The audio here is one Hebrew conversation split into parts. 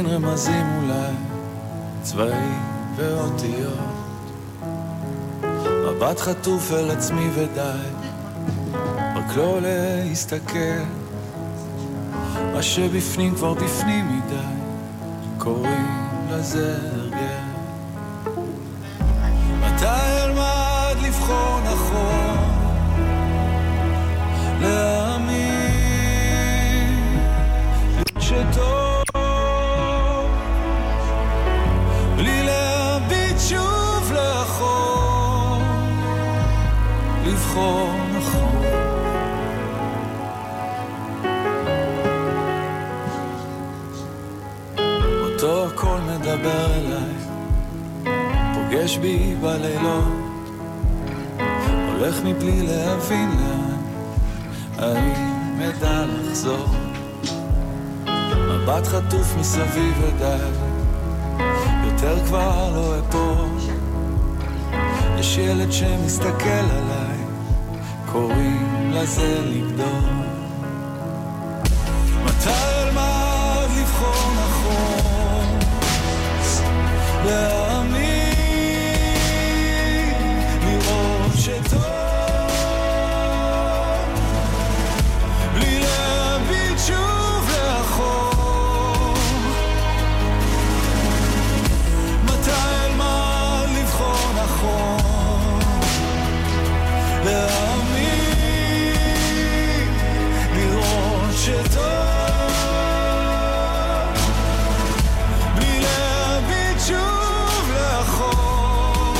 מבין רמזים אולי, צבעים ואותיות, מבט חטוף אל עצמי ודי, רק לא להסתכל, מה שבפנים כבר בפנים מדי, קוראים לזה הרגל. מתי אלמד לבחור נכון, להאמין שטוב, בלי להביט שוב לאחור, לבחור נכון. אותו הכל מדבר אליי, פוגש בי בלילות, הולך מבלי להבין לאן, האם מדע לחזור, מבט חטוף מסביב ודי, יותר כבר לא אפור, יש ילד שמסתכל עליי, קוראים לזה לגדול. מתי אלמד לבחור נכון, להאמין, לראות שטוב, בלי להביט שוב לאחור. מתי אלמד לבחור נכון, להאמין, לראות שטוב, בלי להביט שוב לאחור.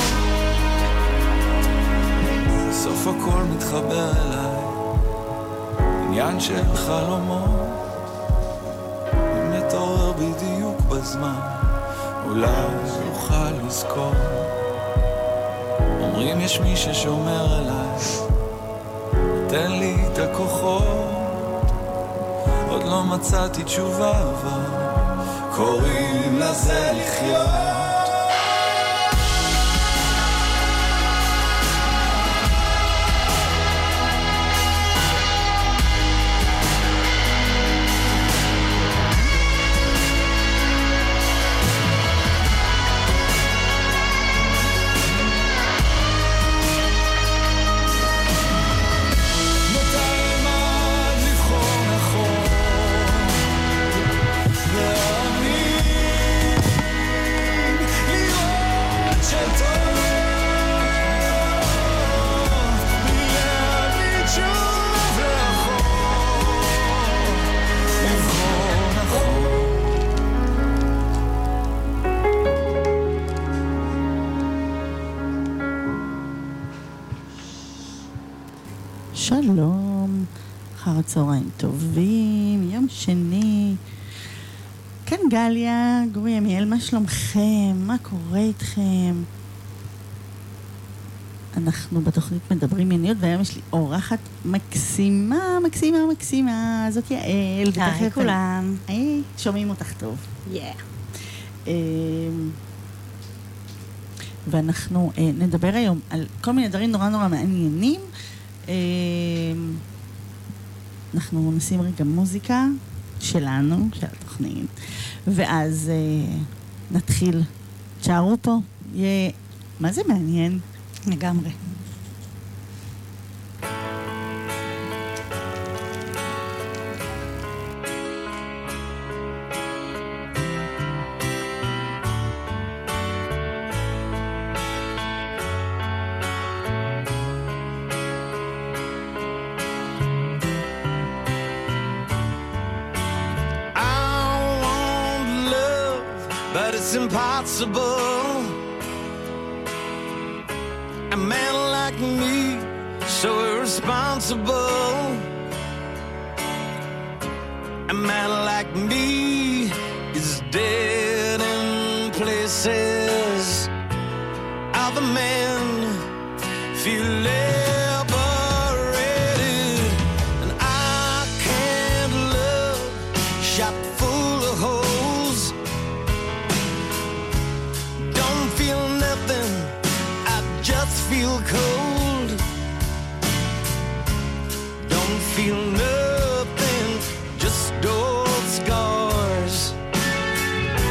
סוף הכל מתחבר אליי, עניין של חלומות, אם נתעורר בדיוק בזמן, אולי נוכל לזכור. אומרים יש מי ששומר עליי, תן לי את הכוחות, עוד לא מצאתי תשובה, אבל קוראים לזה לחיות. שלום, אחר הצהריים טובים, יום שני. כאן גליה, גורי ימיאל, מה שלומכם? מה קורה איתכם? אנחנו בתוכנית מדברים מיניות, והיום יש לי אורחת מקסימה, מקסימה, מקסימה. זאת יעל. היי כולם. היי, שומעים אותך טוב. ואנחנו נדבר היום על כל מיני דברים נורא נורא מעניינים. אנחנו נשים רגע מוזיקה שלנו, של התוכנית, ואז נתחיל. תשארו פה, יהיה, מה זה מעניין? לגמרי. It's impossible. A man like me, so irresponsible. A man like me is dead in places. Other men feel liberated, and I can't love shot full of holes. Don't feel nothing, I just feel cold. Don't feel nothing, just old scars.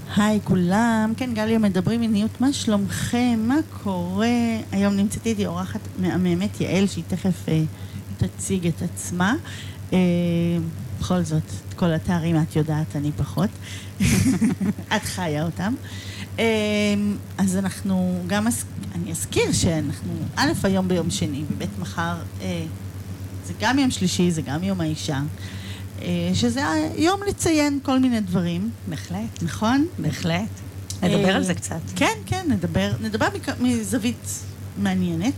היי כולם, כן גליה מדברים מיניות, מה שלומכם, מה קורה? היום נמצאתי איתי אורחת מהממת יעל שהיא תכף תציג את עצמה. בכל זאת, כל התארים את יודעת, אני פחות. את חיה אותם. אז אנחנו גם, אני אזכיר שאנחנו א' היום ביום שני, ובית מחר, זה גם יום שלישי, זה גם יום האישה. שזה היום לציין כל מיני דברים. בהחלט. נכון? בהחלט. נדבר על זה קצת. כן, כן, נדבר מזווית מעניינת.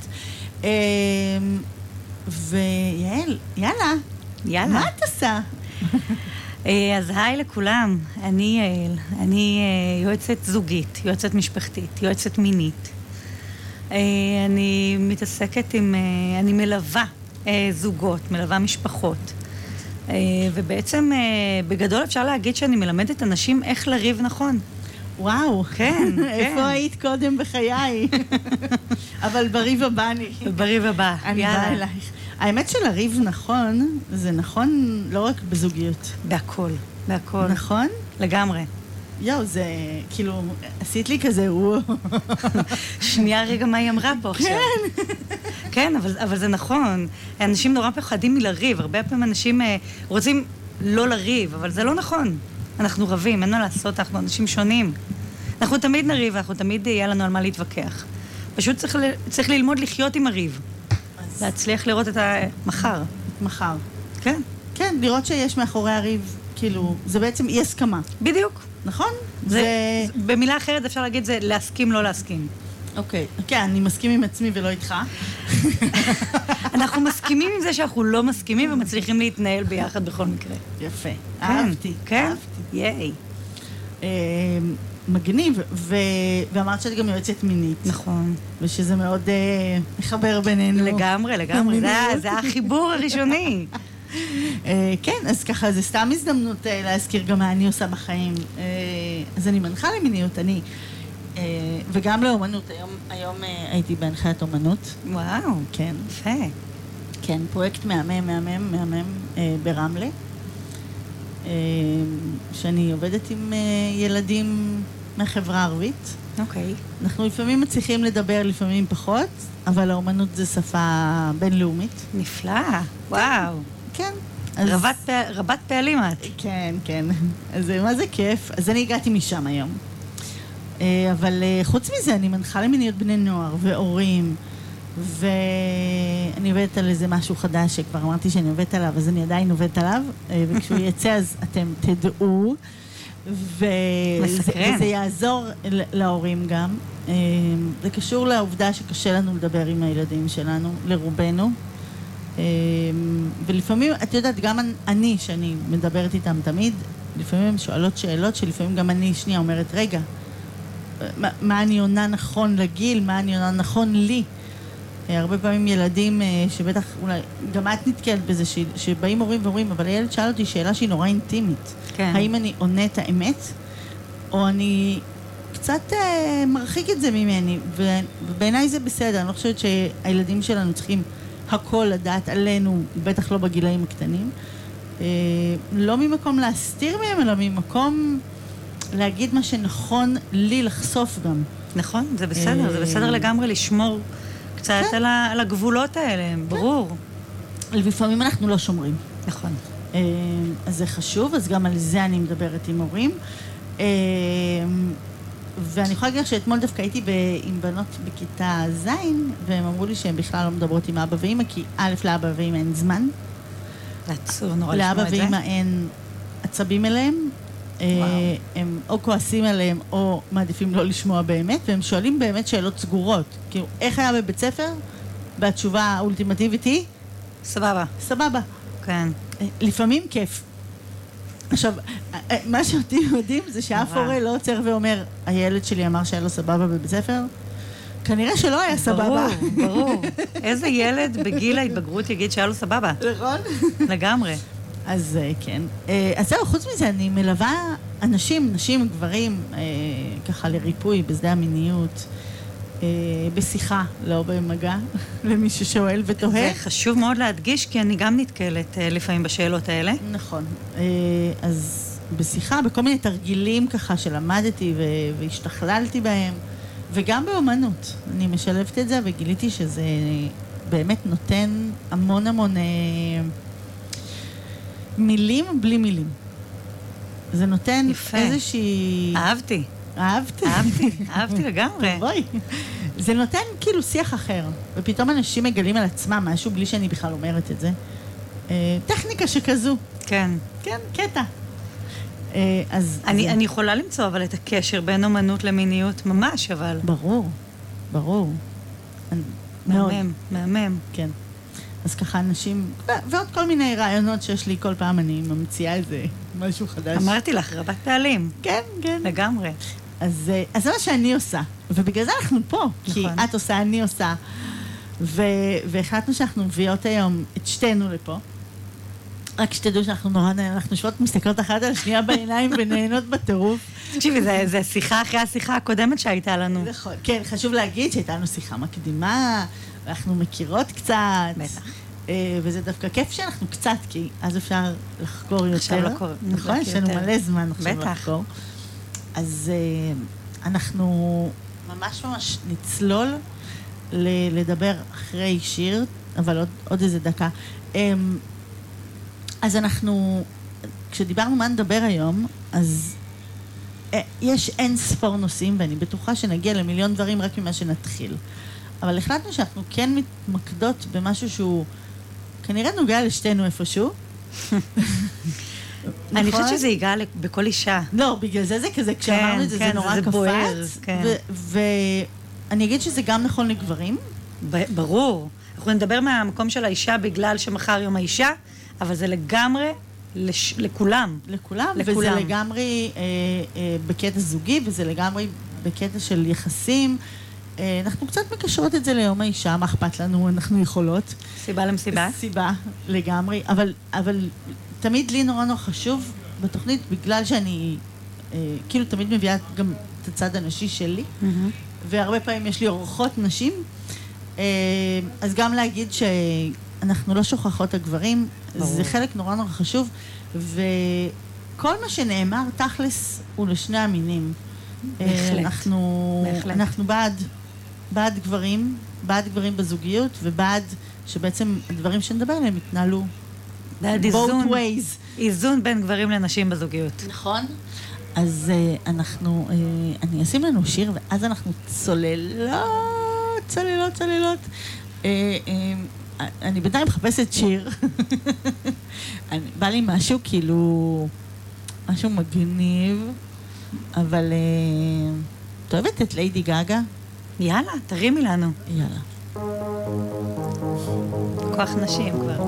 ויעל, יאללה. יאללה. מה את עושה? אז היי לכולם, אני יעל, אני יועצת זוגית, יועצת משפחתית, יועצת מינית. אני מתעסקת עם, אני מלווה זוגות, מלווה משפחות. ובעצם בגדול אפשר להגיד שאני מלמדת אנשים איך לריב נכון. וואו, כן, כן. איפה היית קודם בחיי? אבל בריב הבא אני. בריב הבא, אני באה אלייך. האמת של הריב נכון, זה נכון לא רק בזוגיות. בהכל, בהכל. נכון? לגמרי. יואו, זה כאילו, עשית לי כזה, וואו. שנייה רגע מה היא אמרה פה עכשיו. כן. כן, אבל זה נכון. אנשים נורא פחדים מלריב. הרבה פעמים אנשים רוצים לא לריב, אבל זה לא נכון. אנחנו רבים, אין מה לעשות, אנחנו אנשים שונים. אנחנו תמיד נריב, אנחנו תמיד יהיה לנו על מה להתווכח. פשוט צריך ללמוד לחיות עם הריב. להצליח לראות את המחר. מחר. כן. כן, לראות שיש מאחורי הריב, כאילו, זה בעצם אי הסכמה. בדיוק. נכון? במילה אחרת אפשר להגיד זה להסכים, לא להסכים. אוקיי. כן, אני מסכים עם עצמי ולא איתך. אנחנו מסכימים עם זה שאנחנו לא מסכימים ומצליחים להתנהל ביחד בכל מקרה. יפה. אהבתי. כן? ייי. מגניב, ואמרת שאת גם יועצת מינית. נכון. ושזה מאוד מחבר בינינו. לגמרי, לגמרי. זה החיבור הראשוני. כן, אז ככה, זה סתם הזדמנות להזכיר גם מה אני עושה בחיים. אז אני מנחה למיניות, וגם לאומנות. היום הייתי בהנחיית אומנות. וואו. כן. יפה. כן, פרויקט מהמם ברמלה. שאני עובדת עם ילדים מהחברה הערבית. אוקיי. אנחנו לפעמים מצליחים לדבר, לפעמים פחות, אבל האומנות זה שפה בינלאומית. נפלא. וואו. כן. רבת פעלים את. כן, כן. אז מה זה כיף. אז אני הגעתי משם היום. אבל חוץ מזה, אני מנחה למיניות בני נוער והורים, ואני עובדת על איזה משהו חדש שכבר אמרתי שאני עובדת עליו, אז אני עדיין עובדת עליו, וכשהוא יצא אז אתם תדעו, וזה יעזור להורים גם. זה קשור לעובדה שקשה לנו לדבר עם הילדים שלנו, לרובנו, ולפעמים, את יודעת, גם אני, שאני מדברת איתם תמיד, לפעמים הם שואלות שאלות שלפעמים גם אני שנייה אומרת, רגע, מה אני עונה נכון לגיל, מה אני עונה נכון לי. הרבה פעמים ילדים שבטח, אולי, גם את נתקלת בזה, שבאים הורים ואומרים, אבל הילד שאל אותי שאלה שהיא נורא אינטימית. כן. האם אני עונה את האמת, או אני קצת מרחיק את זה ממני, ובעיניי זה בסדר. אני לא חושבת שהילדים שלנו צריכים הכל לדעת עלינו, בטח לא בגילאים הקטנים. לא ממקום להסתיר מהם, אלא ממקום להגיד מה שנכון לי לחשוף גם. נכון, זה בסדר, זה בסדר לגמרי לשמור קצת על הגבולות האלה, ברור. לפעמים אנחנו לא שומרים. נכון. אז זה חשוב, אז גם על זה אני מדברת עם הורים. ואני יכולה להגיד שאתמול דווקא הייתי עם בנות בכיתה ז', והם אמרו לי שהן בכלל לא מדברות עם אבא ואמא, כי א' לאבא ואמא אין זמן. עצוב, נורא לשמוע את זה. לאבא ואמא אין עצבים אליהם. הם או כועסים עליהם או מעדיפים לא לשמוע באמת, והם שואלים באמת שאלות סגורות. כאילו, איך היה בבית ספר? והתשובה האולטימטיבית היא? סבבה. סבבה. כן. לפעמים כיף. עכשיו, מה שאותי מדהים זה שאף הורה לא עוצר ואומר, הילד שלי אמר שהיה לו סבבה בבית ספר, כנראה שלא היה סבבה. ברור. איזה ילד בגיל ההתבגרות יגיד שהיה לו סבבה? נכון? לגמרי. אז כן. אז זהו, חוץ מזה, אני מלווה אנשים, נשים, גברים, ככה לריפוי בשדה המיניות, בשיחה, לא במגע, למי ששואל ותוהה. זה חשוב מאוד להדגיש, כי אני גם נתקלת לפעמים בשאלות האלה. נכון. אז בשיחה, בכל מיני תרגילים ככה שלמדתי והשתכללתי בהם, וגם באומנות. אני משלבת את זה וגיליתי שזה באמת נותן המון המון מילים בלי מילים. זה נותן איזושהי... אהבתי לגמרי. בואי. זה נותן כאילו שיח אחר, ופתאום אנשים מגלים על עצמם משהו בלי שאני בכלל אומרת את זה. טכניקה שכזו. כן. כן, קטע. אני יכולה למצוא אבל את הקשר בין אומנות למיניות ממש, אבל... ברור. מהמם. כן. אז ככה אנשים, ועוד כל מיני רעיונות שיש לי, כל פעם אני ממציאה איזה משהו חדש. אמרתי לך, רבת פעלים. כן. לגמרי. אז זה מה שאני עושה, ובגלל זה אנחנו פה, כי את עושה, אני עושה, והחלטנו שאנחנו מביאות היום את שתינו לפה, רק שתדעו שאנחנו נורא נהנות, אנחנו יושבות מסתכלות אחת על השנייה בעיניים ונהנות בטירוף. תקשיבי, זה שיחה אחרי השיחה הקודמת שהייתה לנו. נכון, כן, חשוב להגיד שהייתה לנו שיחה מקדימה, ואנחנו מכירות קצת. בטח. וזה דווקא כיף שאנחנו קצת, כי אז אפשר לחקור יותר. עכשיו לחקור. נכון, יש לנו מלא זמן עכשיו לחקור. אז אנחנו ממש נצלול לדבר אחרי שיר, אבל עוד איזה דקה. אז אנחנו, כשדיברנו מה נדבר היום, אז יש אין ספור נושאים, ואני בטוחה שנגיע למיליון דברים רק ממה שנתחיל. אבל החלטנו שאנחנו כן מתמקדות במשהו שהוא כנראה נוגע לשתינו איפשהו. אני חושבת שזה ייגע בכל אישה. לא, בגלל זה כזה, כשאמרנו את זה, זה נורא קפץ. ואני אגיד שזה גם נכון לגברים. ברור. אנחנו נדבר מהמקום של האישה בגלל שמחר יום האישה, אבל זה לגמרי לכולם. לכולם, וזה לגמרי בקטע זוגי, וזה לגמרי בקטע של יחסים. אנחנו קצת מקשרות את זה ליום האישה, מה אכפת לנו, אנחנו יכולות. סיבה למסיבה. סיבה, לגמרי. אבל תמיד לי נורא חשוב בתוכנית, בגלל שאני כאילו תמיד מביאה גם את הצד הנשי שלי, והרבה פעמים יש לי אורחות נשים, אז גם להגיד שאנחנו לא שוכחות הגברים, זה חלק נורא חשוב, וכל מה שנאמר תכלס הוא לשני המינים. אנחנו בעד גברים בזוגיות, ובעד שבעצם הדברים שנדבר עליהם יתנהלו בעד איזון בין גברים לנשים בזוגיות. נכון. אז אני אשים לנו שיר, ואז אנחנו צוללות. אני בינתיים מחפשת שיר. בא לי משהו כאילו, משהו מגניב, אבל את אוהבת את ליידי גאגה? יאללה, תרימי לנו. יאללה. כוח נשים כבר.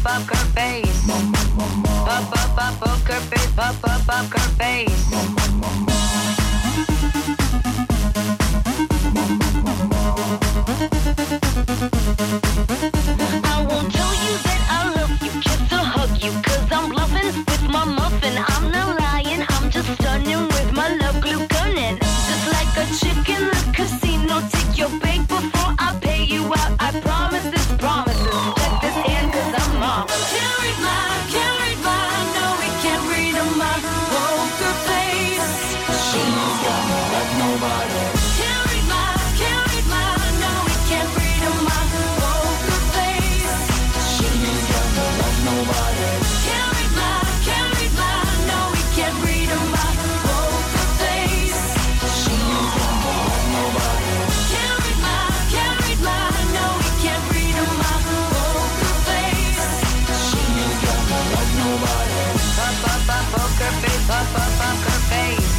poker face. Poker face, poker face. I won't tell you that I love you, kiss or hug you, 'cause I'm bluffing with my muffin. I'm not lying, I'm just stunning with my love glue gunning. Just like a chick in the casino, take your bait before I pay you out. I promise this promises. Check this in, 'cause I'm mom. Can't read mine, no, we can't read my poker face. She's got me like nobody. Can't read mine, no, we can't read my poker face. She's got me like nobody. Can't read mine, no, we can't read my poker face. She's got me like nobody. Can't read mine, no, we can't read my poker face. She's got me like nobody. Poker face, poker face.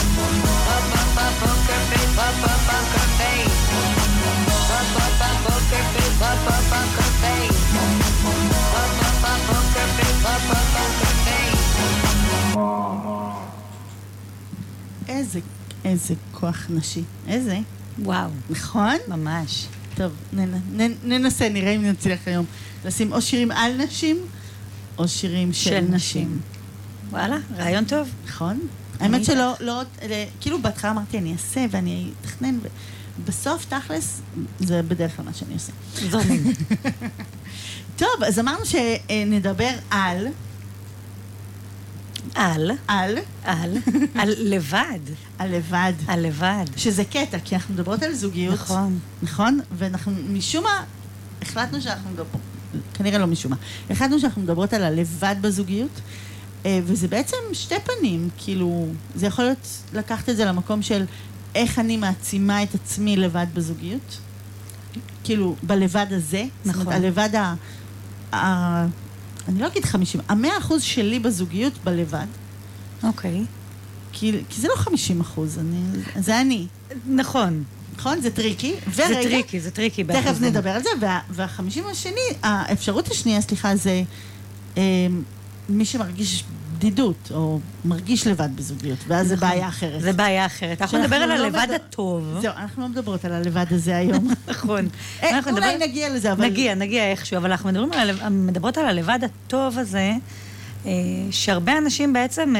Poker face, poker face. Poker face, poker face. Poker face, poker face. איזה כוח נשי. איזה. וואו, נכון? ממש. טוב, ננסה, נראה אם נצליח היום לשים או שירים על נשים, או שירים של נשים. וואלה, רעיון טוב. נכון? האמת שלא, כאילו בהתחלה אמרתי, אני אעשה ואני אתכנן, ובסוף תכלס, זה בדרך כלל מה שאני עושה. זורמים. טוב, אז אמרנו שנדבר על לבד. על לבד. על לבד. שזה קטע, כי אנחנו מדברות על זוגיות. נכון. נכון? ואנחנו משום מה, החלטנו שאנחנו מדברות, כנראה לא משום מה, החלטנו שאנחנו מדברות על הלבד בזוגיות, וזה בעצם שתי פנים, כאילו, זה יכול להיות לקחת את זה למקום של איך אני מעצימה את עצמי לבד בזוגיות, כאילו, בלבד הזה. נכון. זאת אומרת, הלבד אני לא אגיד 50, 100% שלי בזוגיות בלבד. אוקיי. כי זה לא 50%, זה אני. נכון. נכון? זה טריקי. זה טריקי. תכף נדבר על זה, וה-50 השני, האפשרות השנייה, סליחה, זה מי שמרגיש בדידות, או מרגיש לבד בזוגיות, ואז זה בעיה אחרת. זה בעיה אחרת. אנחנו נדבר על הלבד הטוב. זהו, אנחנו לא מדברות על הלבד הזה היום. נכון. אולי נגיע לזה, אבל... נגיע איכשהו, אבל אנחנו מדברות על הלבד הטוב הזה, שהרבה אנשים בעצם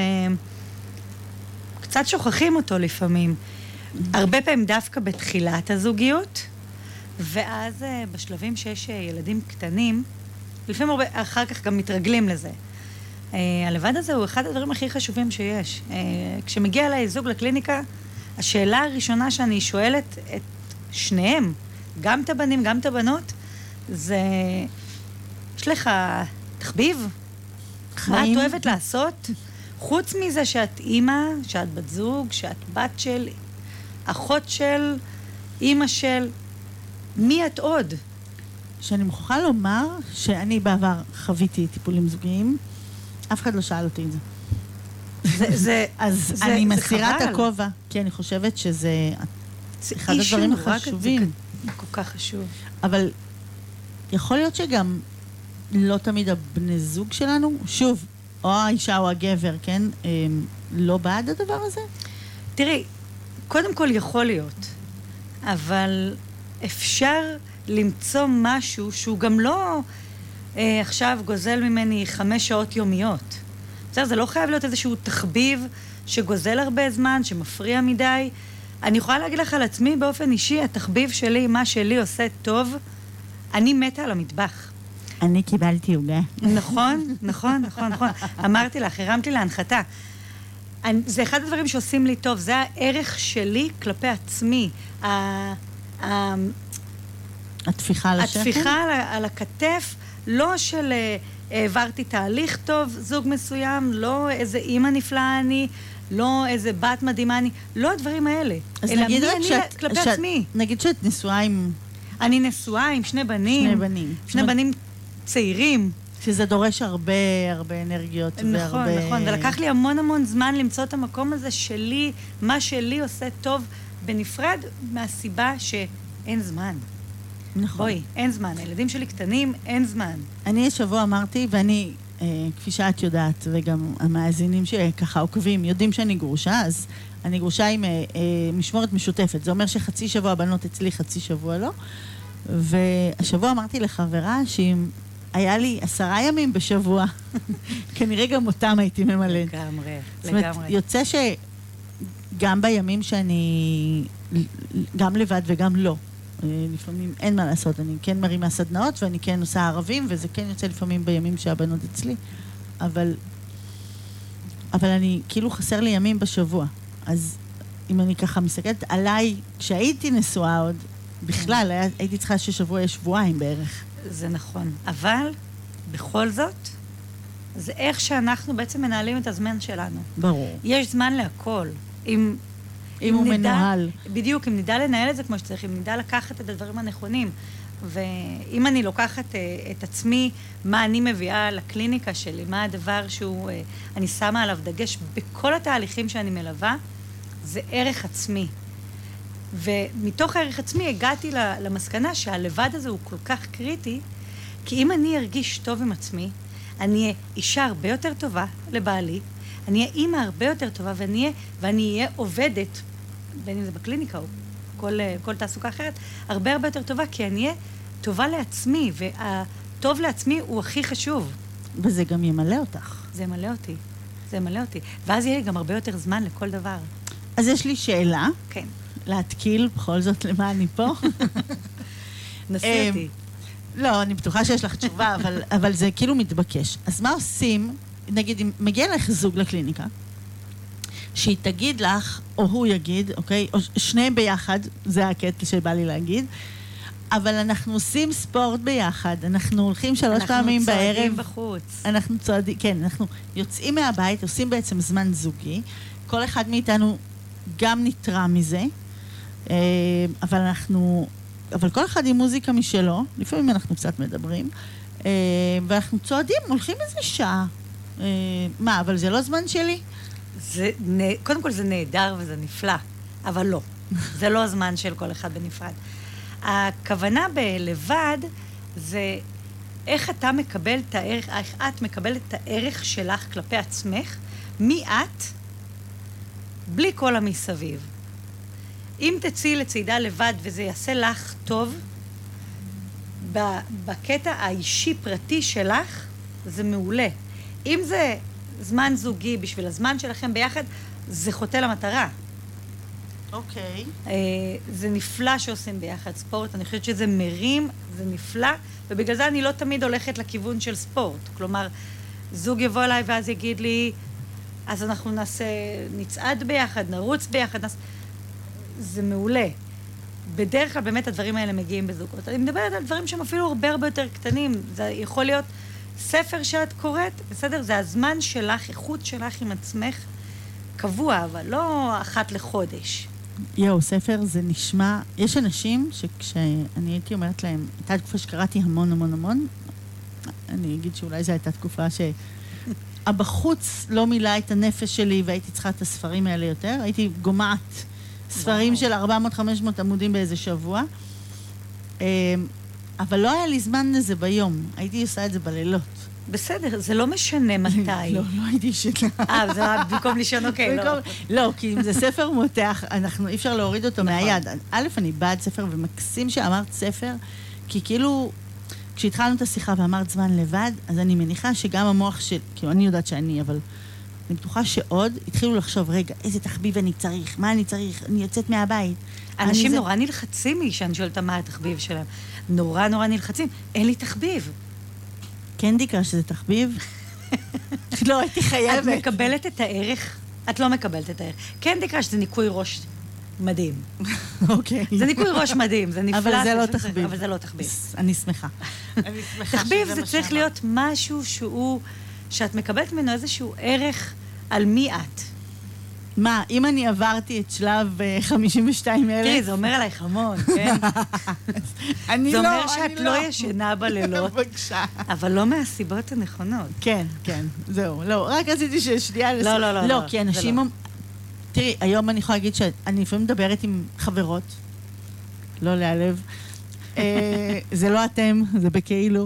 קצת שוכחים אותו לפעמים. הרבה פעמים דווקא בתחילת הזוגיות, ואז בשלבים שיש ילדים קטנים, לפעמים הרבה, אחר כך גם מתרגלים לזה. הלבד הזה הוא אחד הדברים הכי חשובים שיש. כשמגיע אליי זוג לקליניקה, השאלה הראשונה שאני שואלת את שניהם, גם את הבנים, גם את הבנות, זה, יש לך תחביב? מה את אוהבת לעשות? חוץ מזה שאת אימא, שאת בת זוג, שאת בת של, אחות של, אימא של, מי את עוד? שאני מוכרחה לומר שאני בעבר חוויתי טיפולים זוגיים, אף אחד לא שאל אותי את זה. אז אני מסירה את הכובע, כי אני חושבת שזה אחד הדברים החשובים. זה כל כך חשוב. אבל יכול להיות שגם לא תמיד הבני זוג שלנו, שוב, או האישה או הגבר, כן, לא בעד הדבר הזה? תראי, קודם כל יכול להיות, אבל אפשר למצוא משהו שהוא גם לא עכשיו גוזל ממני 5 שעות יומיות. זה לא חייב להיות איזשהו תחביב שגוזל הרבה זמן, שמפריע מדי. אני יכולה להגיד לך על עצמי באופן אישי, התחביב שלי, מה שלי עושה טוב, אני מתה על המטבח. אני קיבלתי עוגה. נכון. אמרתי לך, הרמת לי להנחתה. זה אחד הדברים שעושים לי טוב, זה הערך שלי כלפי עצמי. התפיחה על השכם? התפיחה על הכתף, לא של העברתי תהליך טוב, זוג מסוים, לא איזה אימא נפלאה אני, לא איזה בת מדהימה אני, לא הדברים האלה. אלא מי אני כלפי עצמי. נגיד שאת נשואה עם... אני נשואה עם 2 בנים. שני בנים צעירים. שזה דורש הרבה אנרגיות. נכון, ולקח לי המון זמן למצוא את המקום הזה שלי, מה שלי עושה טוב בנפרד מהסיבה שאין זמן. נכון. בואי, אין זמן. הילדים שלי קטנים, אין זמן. אני השבוע אמרתי, ואני, כפי שאת יודעת, וגם המאזינים שככה עוקבים, יודעים שאני גרושה, אז אני גרושה עם משמורת משותפת. זה אומר שחצי שבוע הבנות אצלי, חצי שבוע לא. והשבוע אמרתי לחברה שאם היה לי 10 ימים בשבוע, כנראה גם אותם הייתי ממלאת. לגמרי, זאת אומרת, יוצא שגם בימים שאני גם לבד וגם לא, לפעמים אין מה לעשות, אני כן מרימה סדנאות ואני כן עושה ערבים, וזה כן יוצא לפעמים בימים שהבנות אצלי, אבל אני כאילו חסר לי ימים בשבוע. אז אם אני ככה מסתכלת עליי, כשהייתי נשואה עוד, בכלל הייתי צריכה ששבוע יהיה שבועיים בערך. זה נכון, אבל בכל זאת, זה איך שאנחנו בעצם מנהלים את הזמן שלנו. ברור. יש זמן להכל. אם הוא מנוהל. בדיוק, אם נדע לנהל את זה כמו שצריך, אם נדע לקחת את הדברים הנכונים. ואם אני לוקחת את עצמי, מה אני מביאה לקליניקה שלי, מה הדבר שהוא, אני שמה עליו דגש בכל התהליכים שאני מלווה, זה ערך עצמי. ומתוך הערך עצמי הגעתי למסקנה שהלבד הזה הוא כל כך קריטי, כי אם אני ארגיש טוב עם עצמי, אני אהיה אישה הרבה יותר טובה לבעלי, אני אהיה אימא הרבה יותר טובה, ואני אהיה עובדת, בין אם זה בקליניקה או כל תעסוקה אחרת, הרבה יותר טובה, כי אני אהיה טובה לעצמי, והטוב לעצמי הוא הכי חשוב. וזה גם ימלא אותך. זה ימלא אותי. ואז יהיה לי גם הרבה יותר זמן לכל דבר. אז יש לי שאלה. כן. להתקיל, בכל זאת, למה אני פה. נסי אותי. לא, אני בטוחה שיש לך תשובה, אבל זה כאילו מתבקש. אז מה עושים, נגיד, אם מגיע לך זוג לקליניקה, שהיא תגיד לך, או הוא יגיד, אוקיי? או שניהם ביחד, זה הקטע שבא לי להגיד, אבל אנחנו עושים ספורט ביחד, אנחנו הולכים 3 פעמים בערב. אנחנו צועדים בחוץ. אנחנו צועדים, כן, אנחנו יוצאים מהבית, עושים בעצם זמן זוגי, כל אחד מאיתנו גם נתרם מזה, אבל כל אחד עם מוזיקה משלו, לפעמים אנחנו קצת מדברים, ואנחנו צועדים, הולכים איזה שעה. מה, אבל זה לא זמן שלי? קודם כל זה נהדר וזה נפלא, אבל לא. זה לא הזמן של כל אחד בנפרד. הכוונה בלבד זה איך אתה מקבל את הערך, איך את מקבלת את הערך שלך כלפי עצמך, מי את, בלי כל המסביב. אם תצאי לצעידה לבד וזה יעשה לך טוב, בקטע האישי פרטי שלך, זה מעולה. אם זה זמן זוגי בשביל הזמן שלכם ביחד, זה חוטא למטרה. אוקיי. זה נפלא שעושים ביחד ספורט, אני חושבת שזה מרים, זה נפלא, ובגלל זה אני לא תמיד הולכת לכיוון של ספורט. כלומר, זוג יבוא אליי ואז יגיד לי, אז אנחנו נצעד ביחד, נרוץ ביחד, זה מעולה. בדרך כלל באמת הדברים האלה מגיעים בזוגות. אני מדברת על דברים שהם אפילו הרבה יותר קטנים. זה יכול להיות ספר שאת קוראת, בסדר? זה הזמן שלך, איכות שלך עם עצמך קבוע, אבל לא אחת לחודש. ספר זה נשמע... יש אנשים שכשאני הייתי אומרת להם, הייתה תקופה שקראתי המון, אני אגיד שאולי זו הייתה תקופה שהבחוץ לא מילא את הנפש שלי והייתי צריכה את הספרים האלה יותר. הייתי גומעת ספרים של 400-500 עמודים באיזה שבוע. אבל לא היה לי זמן לזה ביום. הייתי עושה את זה בלילות. בסדר, זה לא משנה מתי. לא הייתי ישנה. זה במקום לישון, אוקיי, לא. לא, כי אם זה ספר מותח, אי אפשר להוריד אותו מהיד. א', אני בעד ספר, ומקסים שאמרת ספר, כי כאילו, כשהתחלנו את השיחה ואמרת זמן לבד, אז אני מניחה שגם המוח של, כאילו, אני יודעת שאני, אבל אני בטוחה שעוד התחילו לחשוב, רגע, איזה תחביב אני צריך, מה אני צריך, אני יוצאת מהבית. אנשים נורא נלחצים לי שאני שואלת מה התחביב שלהם. נורא נלחצים, אין לי תחביב. קנדי קראש שזה תחביב? לא, הייתי חייבת. את מקבלת את הערך? את לא מקבלת את הערך. קנדי קראש זה ניקוי ראש מדהים. אוקיי. זה ניקוי ראש מדהים, זה נפלא. אבל זה לא תחביב. אבל זה לא תחביב. אני שמחה. תחביב זה צריך להיות משהו שאת מקבלת ממנו איזשהו ערך על מי את. מה, אם אני עברתי את שלב 52,000... תראי, זה אומר עלייך המון, כן? זה אומר שאת לא ישנה בלילות, אבל לא מהסיבות הנכונות. כן, זהו. לא, רק רציתי ששנייה... לא. לא, כי אנשים... תראי, היום אני יכולה להגיד שאני לפעמים מדברת עם חברות, לא להיעלב, זה לא אתם, זה בכאילו.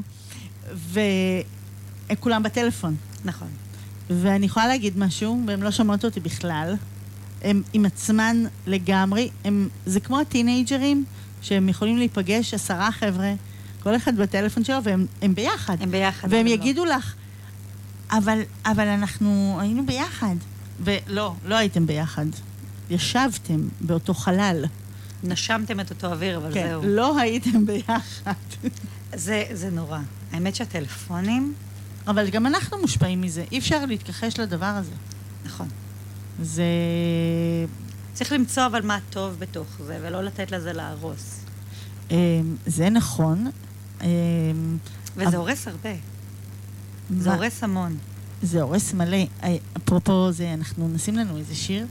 וכולם בטלפון. נכון. ואני יכולה להגיד משהו, והם לא שומעות אותי בכלל. הם עם עצמן לגמרי. זה כמו הטינאג'רים, שהם יכולים להיפגש 10 חבר'ה, כל אחד בטלפון שלו, והם ביחד. הם ביחד. והם יגידו לך, אבל אנחנו היינו ביחד. ולא, לא הייתם ביחד. ישבתם באותו חלל. נשמתם את אותו אוויר, אבל כן, זהו. לא הייתם ביחד. זה נורא. האמת שהטלפונים... אבל גם אנחנו מושפעים מזה. אי אפשר להתכחש לדבר הזה. נכון. זה... צריך למצוא אבל מה טוב בתוך זה, ולא לתת לזה להרוס. זה נכון. וזה הורס הרבה. זה הורס המון. זה הורס מלא. אפרופו זה, אנחנו נשים לנו איזה שיר.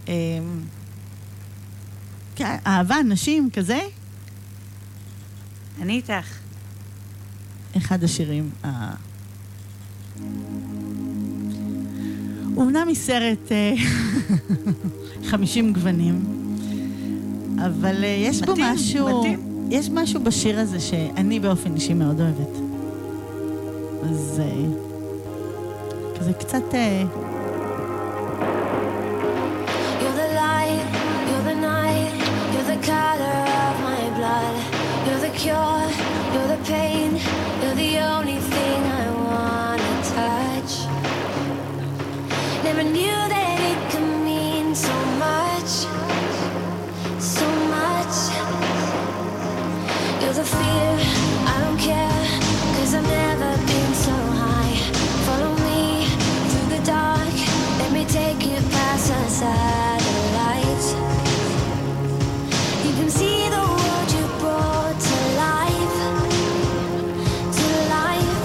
אהבה, נשים, כזה? אני איתך. אחד השירים. אומנם מסרט 50 גוונים, אבל יש בו משהו... יש משהו בשיר הזה שאני באופן אישי מאוד אוהבת. אז כזה קצת... You're the light, you're the night, you're the color of my blood. You're the cure, you're the pain, you're the only thing I wanna touch. Never knew that it could mean so much, so much. You're the fear, I don't care, 'cause I've never been so high. Follow me through the dark, let me take you past the satellites. You can see the world you brought to life, to life.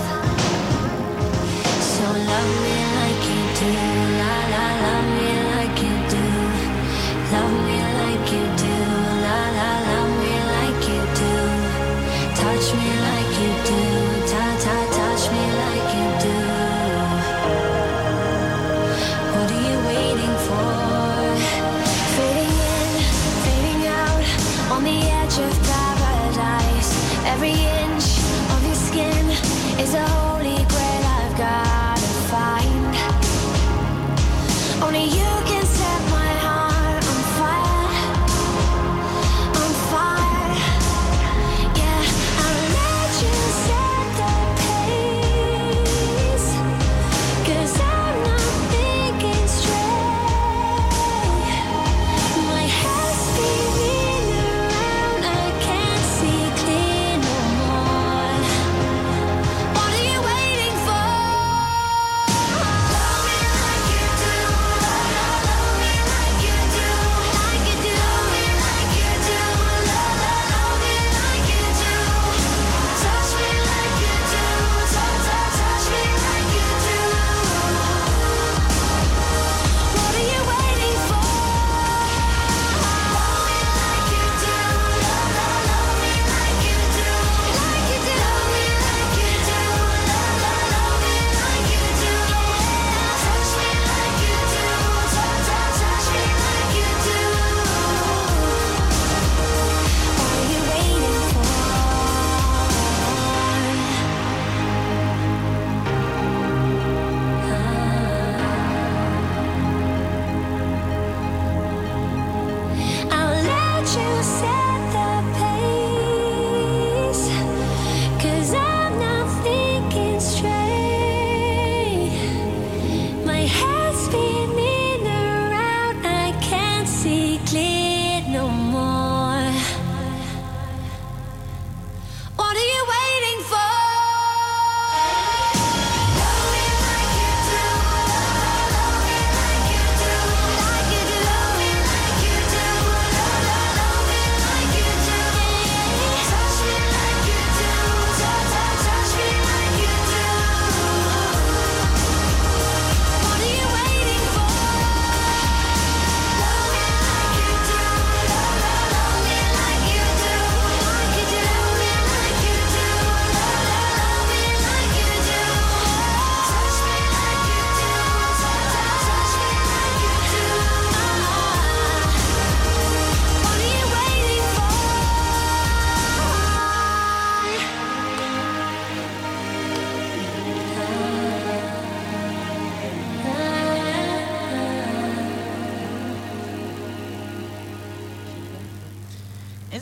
So love me like you do, la la, love me like you do. Love me like you do, la la, love me like you do. Touch me like you do, ta ta, touch me like you do. What are you waiting for? Fading in, fading out, on the edge of paradise. Every inch of your skin is a holy grail I've gotta find. Only you can set my heart on fire, on fire. Yeah, I'll let you set the pace, 'cause I'm not thinking straight. My head's spinning around, I can't see clear no more.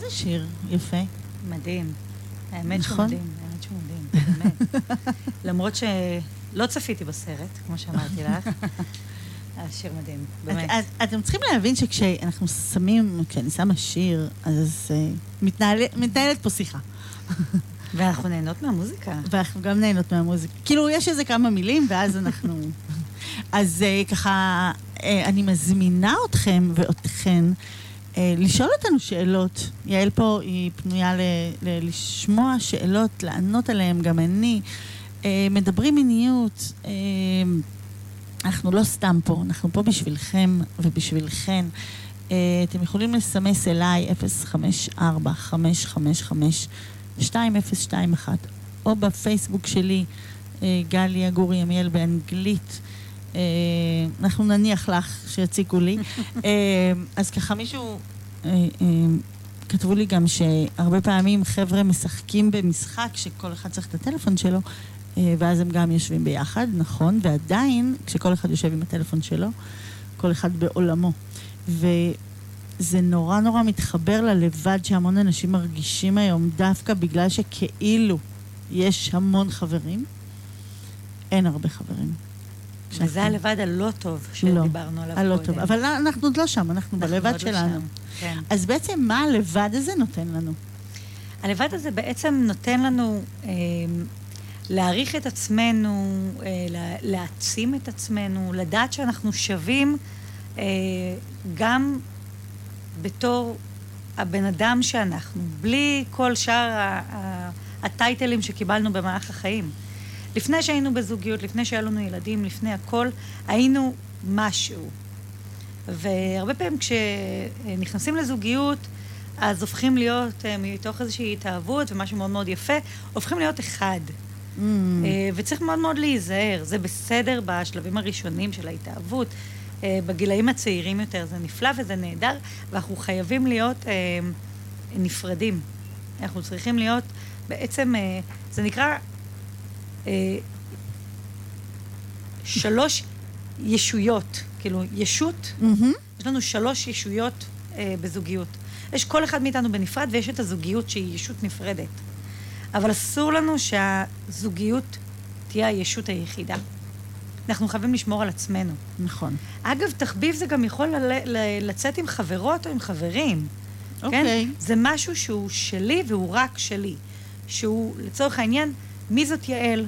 איזה שיר יפה. מדהים. האמת שהוא נכון. מדהים, האמת שהוא מדהים, באמת. למרות שלא צפיתי בסרט, כמו שאמרתי לך. השיר מדהים, באמת. אתם צריכים להבין שכשאנחנו שמים, כשאני שמה שיר, אז מתנהלת פה שיחה. ואנחנו נהנות מהמוזיקה. ואנחנו גם נהנות מהמוזיקה. כאילו, יש איזה כמה מילים, ואז אנחנו... אז ככה, אני מזמינה אתכם ואתכן לשאול אותנו שאלות. יעל פה היא פנויה לשמוע שאלות, לענות עליהן, גם אני. מדברים מיניות, אנחנו לא סתם פה, אנחנו פה בשבילכם ובשבילכן. אתם יכולים לסמס אליי 054-555-2021, או בפייסבוק שלי, גליה גורי עמיאל באנגלית. אנחנו נניח לך שיציקו לי. אז ככה מישהו, כתבו לי גם שהרבה פעמים חבר'ה משחקים במשחק שכל אחד צריך את הטלפון שלו, ואז הם גם יושבים ביחד, נכון, ועדיין, כשכל אחד יושב עם הטלפון שלו, כל אחד בעולמו. וזה נורא נורא מתחבר ללבד שהמון אנשים מרגישים היום, דווקא בגלל שכאילו יש המון חברים, אין הרבה חברים. וזה הלבד הלא טוב שדיברנו עליו קודם. הלא טוב, אבל אנחנו עוד לא שם, אנחנו בלבד שלנו. כן. אז בעצם מה הלבד הזה נותן לנו? הלבד הזה בעצם נותן לנו להעריך את עצמנו, להעצים את עצמנו, לדעת שאנחנו שווים גם בתור הבן אדם שאנחנו, בלי כל שאר הטייטלים שקיבלנו במהלך החיים. לפני שהיינו בזוגיות, לפני שהיו לנו ילדים, לפני הכל, היינו משהו. והרבה פעמים כשנכנסים לזוגיות, אז הופכים להיות מתוך איזושהי התאהבות ומשהו מאוד מאוד יפה, הופכים להיות אחד. וצריך מאוד מאוד להיזהר. זה בסדר בשלבים הראשונים של ההתאהבות. בגילאים הצעירים יותר זה נפלא וזה נהדר, ואנחנו חייבים להיות נפרדים. אנחנו צריכים להיות בעצם, זה נקרא 3 ישויות, כאילו ישות, יש לנו 3 ישויות בזוגיות. יש כל אחד מאיתנו בנפרד ויש את הזוגיות שהיא ישות נפרדת. אבל אסור לנו שהזוגיות תהיה הישות היחידה. אנחנו חייבים לשמור על עצמנו. נכון. אגב, תחביב זה גם יכול לצאת עם חברות או עם חברים. אוקיי. כן? זה משהו שהוא שלי והוא רק שלי. שהוא, לצורך העניין, מי זאת יעל?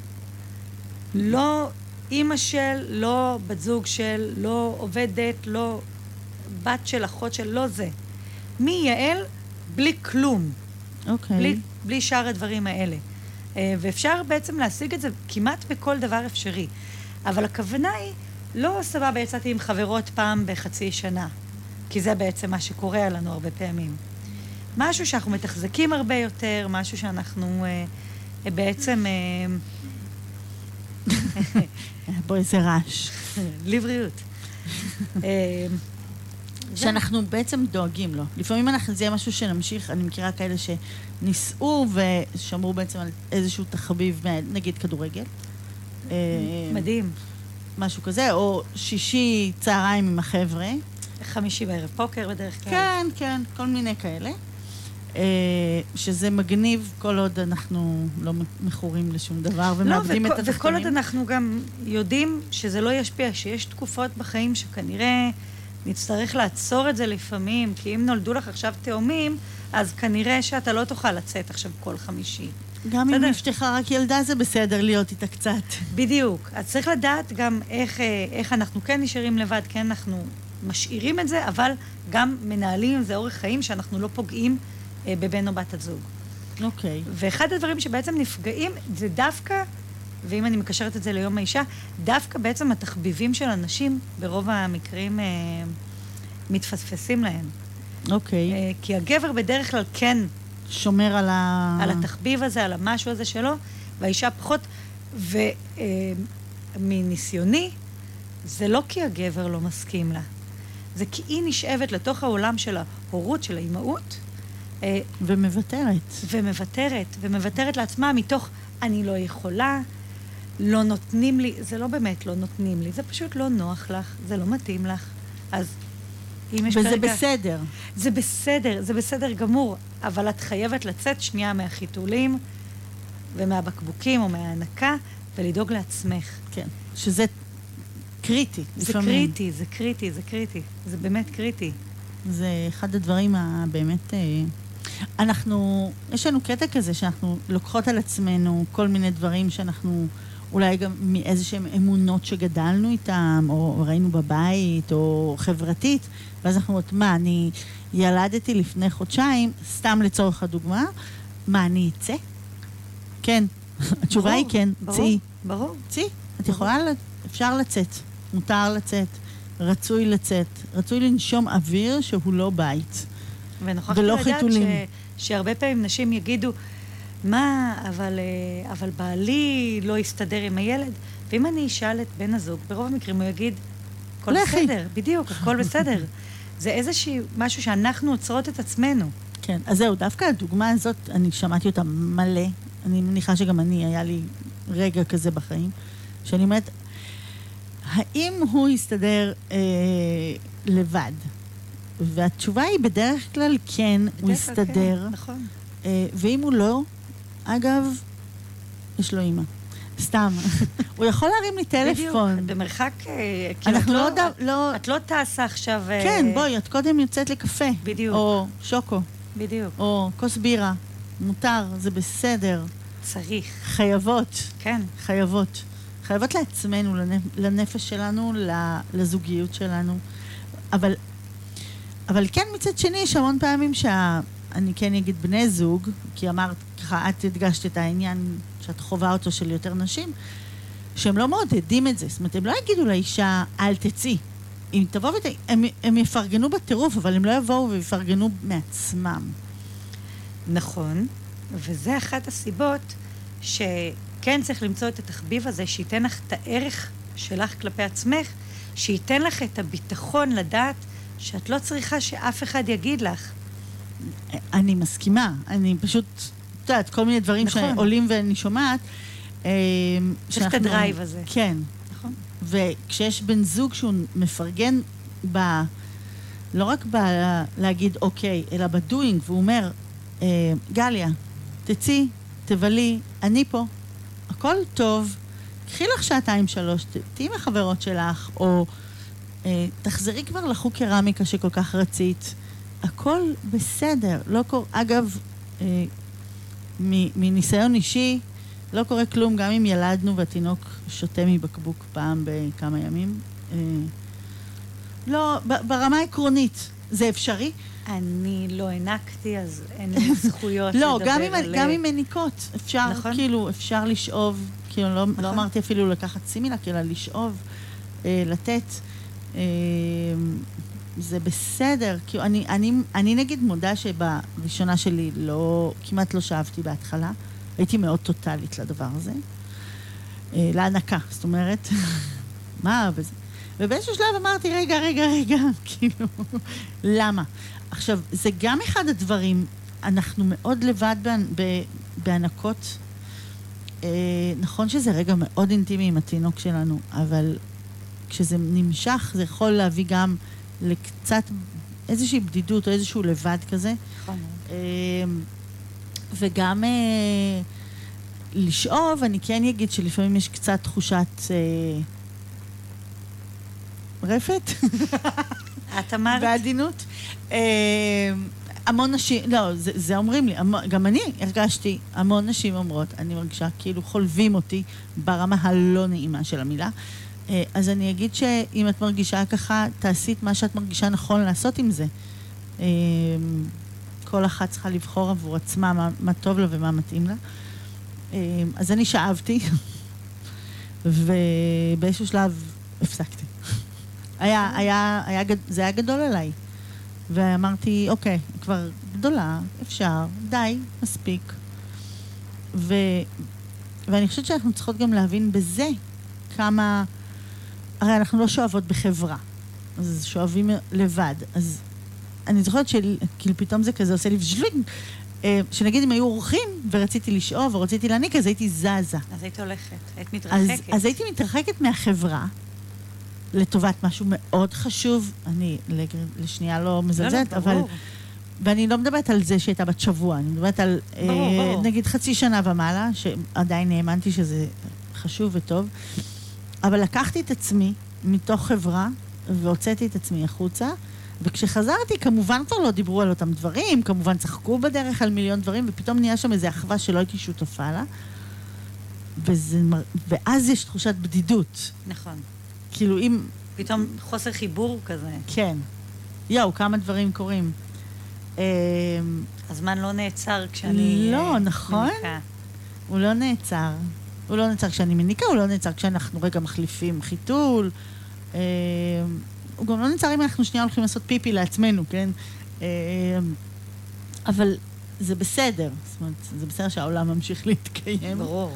לא אמא של, לא בת זוג של, לא עובדת, לא בת של, אחות של, לא זה. מי יעל? בלי כלום. אוקיי. בלי שאר הדברים האלה. ואפשר בעצם להשיג את זה כמעט בכל דבר אפשרי. אבל הכוונה היא, לא סבבה יצאתי עם חברות פעם בחצי שנה, כי זה בעצם מה שקורה לנו הרבה פעמים. משהו שאנחנו מתחזקים הרבה יותר, משהו שאנחנו בעצם... בוא איזה רעש. לבריאות. שאנחנו בעצם דואגים לו. לפעמים זה יהיה משהו שנמשיך, אני מכירה כאלה שניסו ושמרו בעצם על איזשהו תחביב, נגיד כדורגל. מדהים. משהו כזה, או שישי צהריים עם החבר'ה. חמישי בערב פוקר בדרך כלל. כן, כן, כל מיני כאלה. שזה מגניב כל עוד אנחנו לא מכורים לשום דבר ומאבדים את התחתונים. וכל עוד אנחנו גם יודעים שזה לא ישפיע, שיש תקופות בחיים שכנראה נצטרך לעצור את זה לפעמים, כי אם נולדו לך עכשיו תאומים, אז כנראה שאתה לא תוכל לצאת עכשיו כל חמישי. גם אם אשתך רק ילדה זה בסדר להיות איתה קצת. בדיוק. אז צריך לדעת גם איך אנחנו כן נשארים לבד, כן אנחנו משאירים את זה, אבל גם מנהלים עם זה אורך חיים שאנחנו לא פוגעים בבן או בת הזוג. אוקיי. ואחד הדברים שבעצם נפגעים זה דווקא, ואם אני מקשרת את זה ליום האישה, דווקא בעצם התחביבים של אנשים ברוב המקרים מתפספסים להם. אוקיי. כי הגבר בדרך כלל כן שומר על התחביב הזה, על המשהו הזה שלו, והאישה פחות. ומניסיוני, זה לא כי הגבר לא מסכים לה. זה כי היא נשאבת לתוך העולם של ההורות, של האימהות. ומוותרת לעצמה מתוך אני לא יכולה, לא נותנים לי, זה לא באמת לא נותנים לי, זה פשוט לא נוח לך, זה לא מתאים לך. אז אם יש וזה כרגע... בסדר. זה בסדר גמור, אבל את חייבת לצאת שנייה מהחיתולים ומהבקבוקים או מההנקה, ולדאוג לעצמך. כן, שזה קריטי. זה לפעמים. קריטי. זה באמת קריטי. זה אחד הדברים הבאמת... יש לנו קטע כזה שאנחנו לוקחות על עצמנו כל מיני דברים שאנחנו אולי גם מאיזשהם אמונות שגדלנו איתם, או ראינו בבית, או חברתית, ואז אנחנו אומרות, מה, אני ילדתי לפני חודשיים, סתם לצורך הדוגמה, מה, אני אצא? כן. התשובה היא כן, צאי. ברור. צאי. את יכולה, אפשר לצאת, מותר לצאת, רצוי לצאת, רצוי לנשום אוויר שהוא לא בית. ונוכחתי לדעת שהרבה פעמים נשים יגידו, מה, אבל בעלי לא יסתדר עם הילד. ואם אני אשאל את בן הזוג, ברוב המקרים הוא יגיד, הכל בסדר, בדיוק, הכל בסדר. זה איזשהו משהו שאנחנו עוצרות את עצמנו. כן, אז זהו, דווקא הדוגמה הזאת, אני שמעתי אותה מלא, אני מניחה שגם היה לי רגע כזה בחיים, שאני אומרת, האם הוא יסתדר לבד? והתשובה היא בדרך כלל כן, הוא יסתדר. כן, נכון. ואם הוא לא, אגב, יש לו אימא. סתם. הוא יכול להרים לי טלפון. בדיוק, במרחק... אנחנו את לא טסה עכשיו... כן, בואי, את קודם יוצאת לקפה. בדיוק. או שוקו. בדיוק. או כוס בירה. מותר, זה בסדר. צריך. חייבות. כן. חייבות. חייבות לעצמנו, לנפש שלנו, לזוגיות שלנו. אבל כן, מצד שני, יש המון פעמים אני כן אגיד בני זוג, כי אמרת, ככה, את הדגשת את העניין שאת חובה אותו של יותר נשים, שהם לא מעודדים את זה. זאת אומרת, הם לא יגידו לאישה, אל תצאי. אם תבוא הם יפרגנו בטירוף, אבל הם לא יבואו ויפרגנו מעצמם. נכון, וזה אחת הסיבות שכן צריך למצוא את התחביב הזה, שייתן לך את הערך שלך כלפי עצמך, שייתן לך את הביטחון לדעת שאת לא צריכה שאף אחד יגיד לך. אני מסכימה, אני פשוט, את יודעת, כל מיני דברים נכון. שעולים ואני שומעת. צריך את הדרייב הזה. כן. נכון. וכשיש בן זוג שהוא מפרגן לא רק להגיד אוקיי, אלא בדוינג, והוא אומר, גליה, תצאי, תבלי, אני פה, הכל טוב, קחי לך 2-3, תהיי מהחברות שלך, או תחזרי כבר לחוג קרמיקה שכל כך רצית, הכל בסדר. לא אגב, מניסיון אישי, לא קורה כלום, גם אם ילדנו והתינוק שותה מבקבוק פעם בכמה ימים. לא, ברמה העקרונית, זה אפשרי? אני לא הענקתי, אז אין לי זכויות לדבר על... לא, גם עם מניקות. אפשר, נכון? כאילו, אפשר לשאוב, כאילו, לא אמרתי אפילו לקחת סימילק, אלא לשאוב, לתת. זה בסדר, כאילו, אני נגיד מודה שבראשונה שלי כמעט לא שאבתי בהתחלה, הייתי מאוד טוטלית לדבר הזה, להנקה, זאת אומרת, מה וזה. ובאיזשהו שלב אמרתי, רגע, כאילו, למה? עכשיו, זה גם אחד הדברים, אנחנו מאוד לבד בהנקות, נכון שזה רגע מאוד אינטימי עם התינוק שלנו, אבל כשזה נמשך, זה יכול להביא גם לקצת איזושהי בדידות או איזשהו לבד כזה. נכון. וגם לשאוב, אני כן אגיד שלפעמים יש קצת תחושת רפת. את אמרת? בעדינות. המון נשים, לא, זה אומרים לי, גם אני הרגשתי, המון נשים אומרות, אני מרגישה כאילו חולבים אותי ברמה הלא נעימה של המילה. אז אני אגיד שאם את מרגישה ככה, תעשי את מה שאת מרגישה נכון לעשות עם זה. כל אחת צריכה לבחור עבור עצמה מה טוב לה ומה מתאים לה. אז אני שאבתי, ובאיזשהו שלב הפסקתי. זה היה גדול עליי. ואמרתי, אוקיי, כבר גדולה, אפשר, די, מספיק. ואני חושבת שאנחנו צריכות גם להבין בזה כמה... הרי אנחנו לא שואבות בחברה, אז שואבים לבד. אז אני זוכרת שכאילו פתאום זה כזה עושה לי ז'לינג, שנגיד אם היו אורחים ורציתי לשאוב או רציתי להניק, אז הייתי זזה. אז היית הולכת, היית מתרחקת. אז הייתי מתרחקת מהחברה, לטובת משהו מאוד חשוב, אני לשנייה לא מזלזלת, אבל... ואני לא מדברת על זה שהייתה בת שבוע, אני מדברת על נגיד חצי שנה ומעלה, שעדיין האמנתי שזה חשוב וטוב, אבל לקחתי את עצמי מתוך חברה, והוצאתי את עצמי החוצה, וכשחזרתי, כמובן כבר לא דיברו על אותם דברים, כמובן צחקו בדרך על מיליון דברים, ופתאום נהיה שם איזו אחווה שלא הייתי שותפה לה, ואז יש תחושת בדידות. נכון. כאילו אם... פתאום חוסר חיבור כזה. כן. כמה דברים קורים. הזמן לא נעצר כשאני... לא, נכון? מניקה. הוא לא נעצר. הוא לא נעצר כשאני מניקה, הוא לא נעצר כשאנחנו רגע מחליפים חיתול. הוא גם לא נעצר אם אנחנו שנייה הולכים לעשות פיפי לעצמנו, כן? אבל זה בסדר. זאת אומרת, זה בסדר שהעולם ממשיך להתקיים. ברור.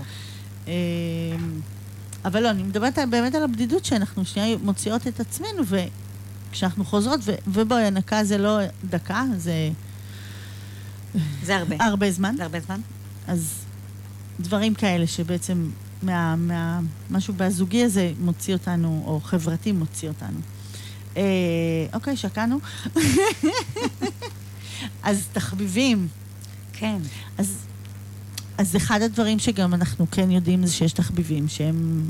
אבל לא, אני מדברת באמת על הבדידות שאנחנו שנייה מוציאות את עצמנו, וכשאנחנו חוזרות, ובואי, הנקה זה לא דקה, זה הרבה. הרבה זמן. זה הרבה זמן. אז דברים כאלה שבעצם משהו בזוגי הזה מוציא אותנו, או חברתי מוציא אותנו. אוקיי, שקענו. אז תחביבים. כן. אז אחד הדברים שגם אנחנו כן יודעים זה שיש תחביבים שהם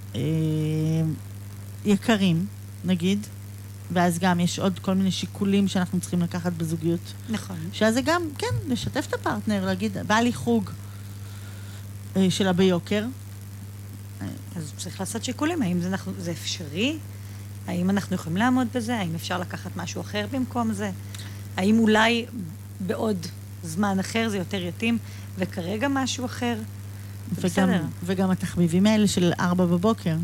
יקרים, נגיד, ואז גם יש עוד כל מיני שיקולים שאנחנו צריכים לקחת בזוגיות. נכון. שזה גם, כן, לשתף את הפרטנר, להגיד, בא לי חוג שלה ביוקר. אז צריך לעשות שיקולים, האם זה אפשרי? האם אנחנו יכולים לעמוד בזה? האם אפשר לקחת משהו אחר במקום זה? האם אולי בעוד זמן אחר זה יותר יתאים, וכרגע משהו אחר? וגם התחביבים האלה של 4 בבוקר.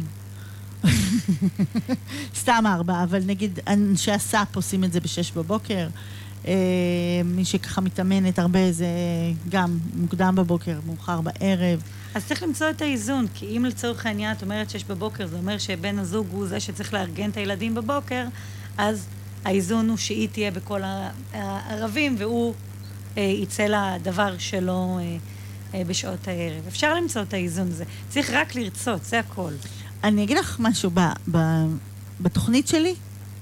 סתם 4, אבל נגיד אנשי הסאפ עושים את זה ב6 בבוקר. מי שככה מתאמנת הרבה זה גם מוקדם בבוקר, מאוחר בערב. אז צריך למצוא את האיזון, כי אם לצורך העניין את אומרת 6 בבוקר, זה אומר שבן הזוג הוא זה שצריך לארגן את הילדים בבוקר, אז האיזון הוא שהיא תהיה בכל הערבים, והוא יצא לדבר שלו בשעות הערב. אפשר למצוא את האיזון הזה. צריך רק לרצות, זה הכל. אני אגיד לך משהו, בתוכנית שלי,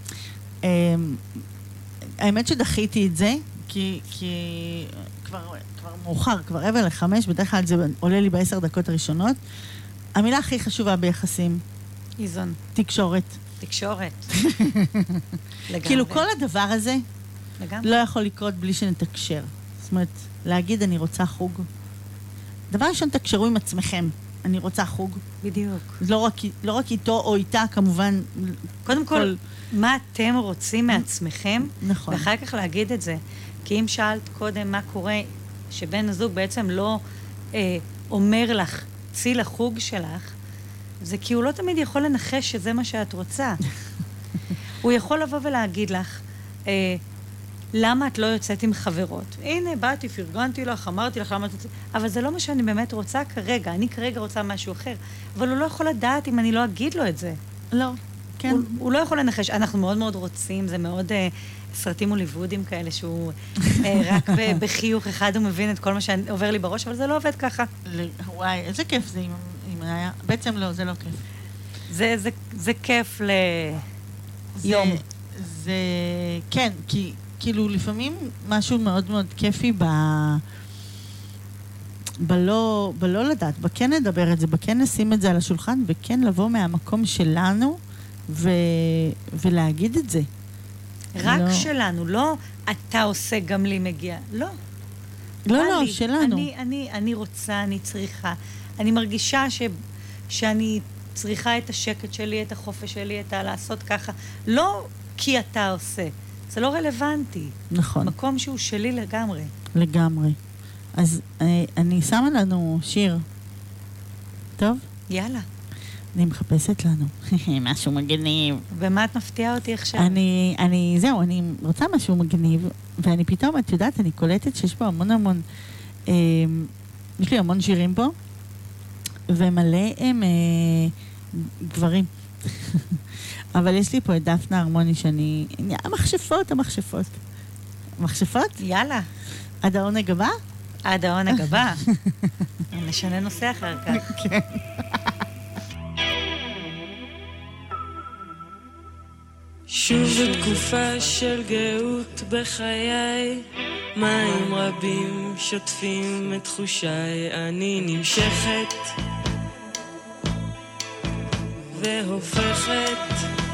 האמת שדחיתי את זה, כי כבר מאוחר, כבר 4:45, בדרך כלל זה עולה לי ב10 דקות הראשונות. המילה הכי חשובה ביחסים. איזון. תקשורת. תקשורת. כאילו כל הדבר הזה לא יכול לקרות בלי שנתקשר. זאת אומרת, להגיד אני רוצה חוג. דבר ראשון, תקשרו עם עצמכם. אני רוצה חוג. בדיוק. לא רק איתו או איתה, כמובן. קודם כל, מה אתם רוצים מעצמכם? נכון. ואחר כך להגיד את זה. כי אם שאלת קודם מה קורה, שבן הזוג בעצם לא אומר לך, צי לחוג שלך, זה כי הוא לא תמיד יכול לנחש שזה מה שאת רוצה. הוא יכול לבוא ולהגיד לך, למה את לא יוצאת עם חברות? הנה, באתי, פרגנתי לך, אמרתי לך למה את יוצאת, אבל זה לא מה שאני באמת רוצה כרגע. אני כרגע רוצה משהו אחר. אבל הוא לא יכול לדעת אם אני לא אגיד לו את זה. לא, כן. הוא לא יכול לנחש. אנחנו מאוד מאוד רוצים, זה מאוד סרטים הוליוודים כאלה, שהוא רק בחיוך אחד הוא מבין את כל מה שעובר לי בראש, אבל זה לא עובד ככה. וואי, איזה כיף זה אם היה... בעצם לא, זה לא כיף. זה כיף ליום. זה... כן, כי... כאילו, לפעמים משהו מאוד מאוד כיפי בלא לדעת, בכן נדבר את זה, בכן נשים את זה על השולחן, וכן לבוא מהמקום שלנו ולהגיד את זה. רק שלנו, לא אתה עושה גם לי מגיע. לא. לא, שלנו. אני רוצה, אני צריכה. אני מרגישה שאני צריכה את השקט שלי, את החופש שלי, את לעשות ככה. לא כי אתה עושה. זה לא רלוונטי. נכון. מקום שהוא שלי לגמרי. לגמרי. אז אני שמה לנו שיר. טוב? יאללה. אני מחפשת לנו. משהו מגניב. ומה את מפתיעה אותי עכשיו? זהו, אני רוצה משהו מגניב, ואני פתאום, את יודעת, אני קולטת שיש פה המון, יש לי המון שירים פה, ומלא הם גברים. אבל יש לי פה את דפנה הרמוני שאני... המכשפות. מכשפות? יאללה. עד העונג הבא? עד העונג הבא. נשנה נושא אחר כך. כן. שוב זו תקופה של גאות בחיי, מים רבים שוטפים את תחושיי, אני נמשכת והופכת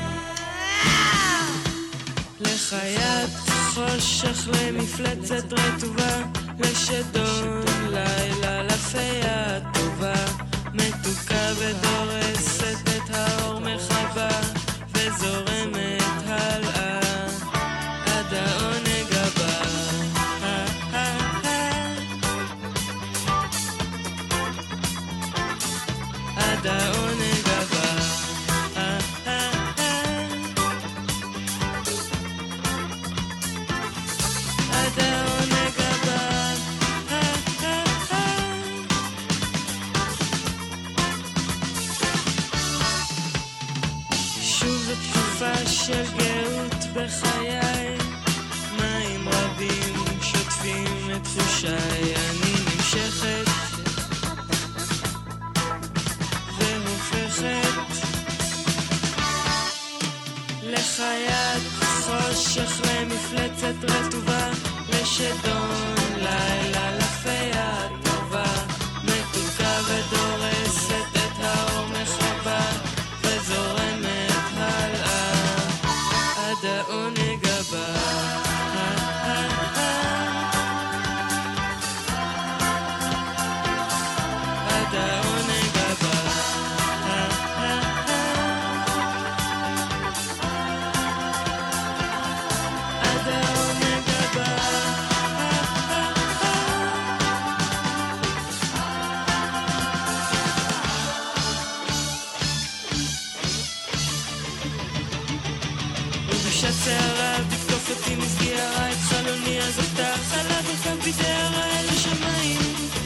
לחיית חושך, למפלצת רטובה, לשדון לילה, לפיה טובה, מתוקה ודורסת את האור מחבה וזורמת הלאה עד העונג הבא. עד העונג הבא. עד העונג הבא. שוב זו תקופה של גאות בחיי, מים רבים שוטפים את תחושיי, אני נמשכת והופכת לחיית חושך, למפלצת רטובה, לשדון לילה, לפיה טובה, מתוקה ודורסת את האור מחבה וזורמת הלאה עד העונג הבא. עד העונג הבא. עד העונג הבא. ובשעת שערה תתקוף אותי מסגירה, את חלוני אז אותה חלה דרכה בדהרה אל השמיים,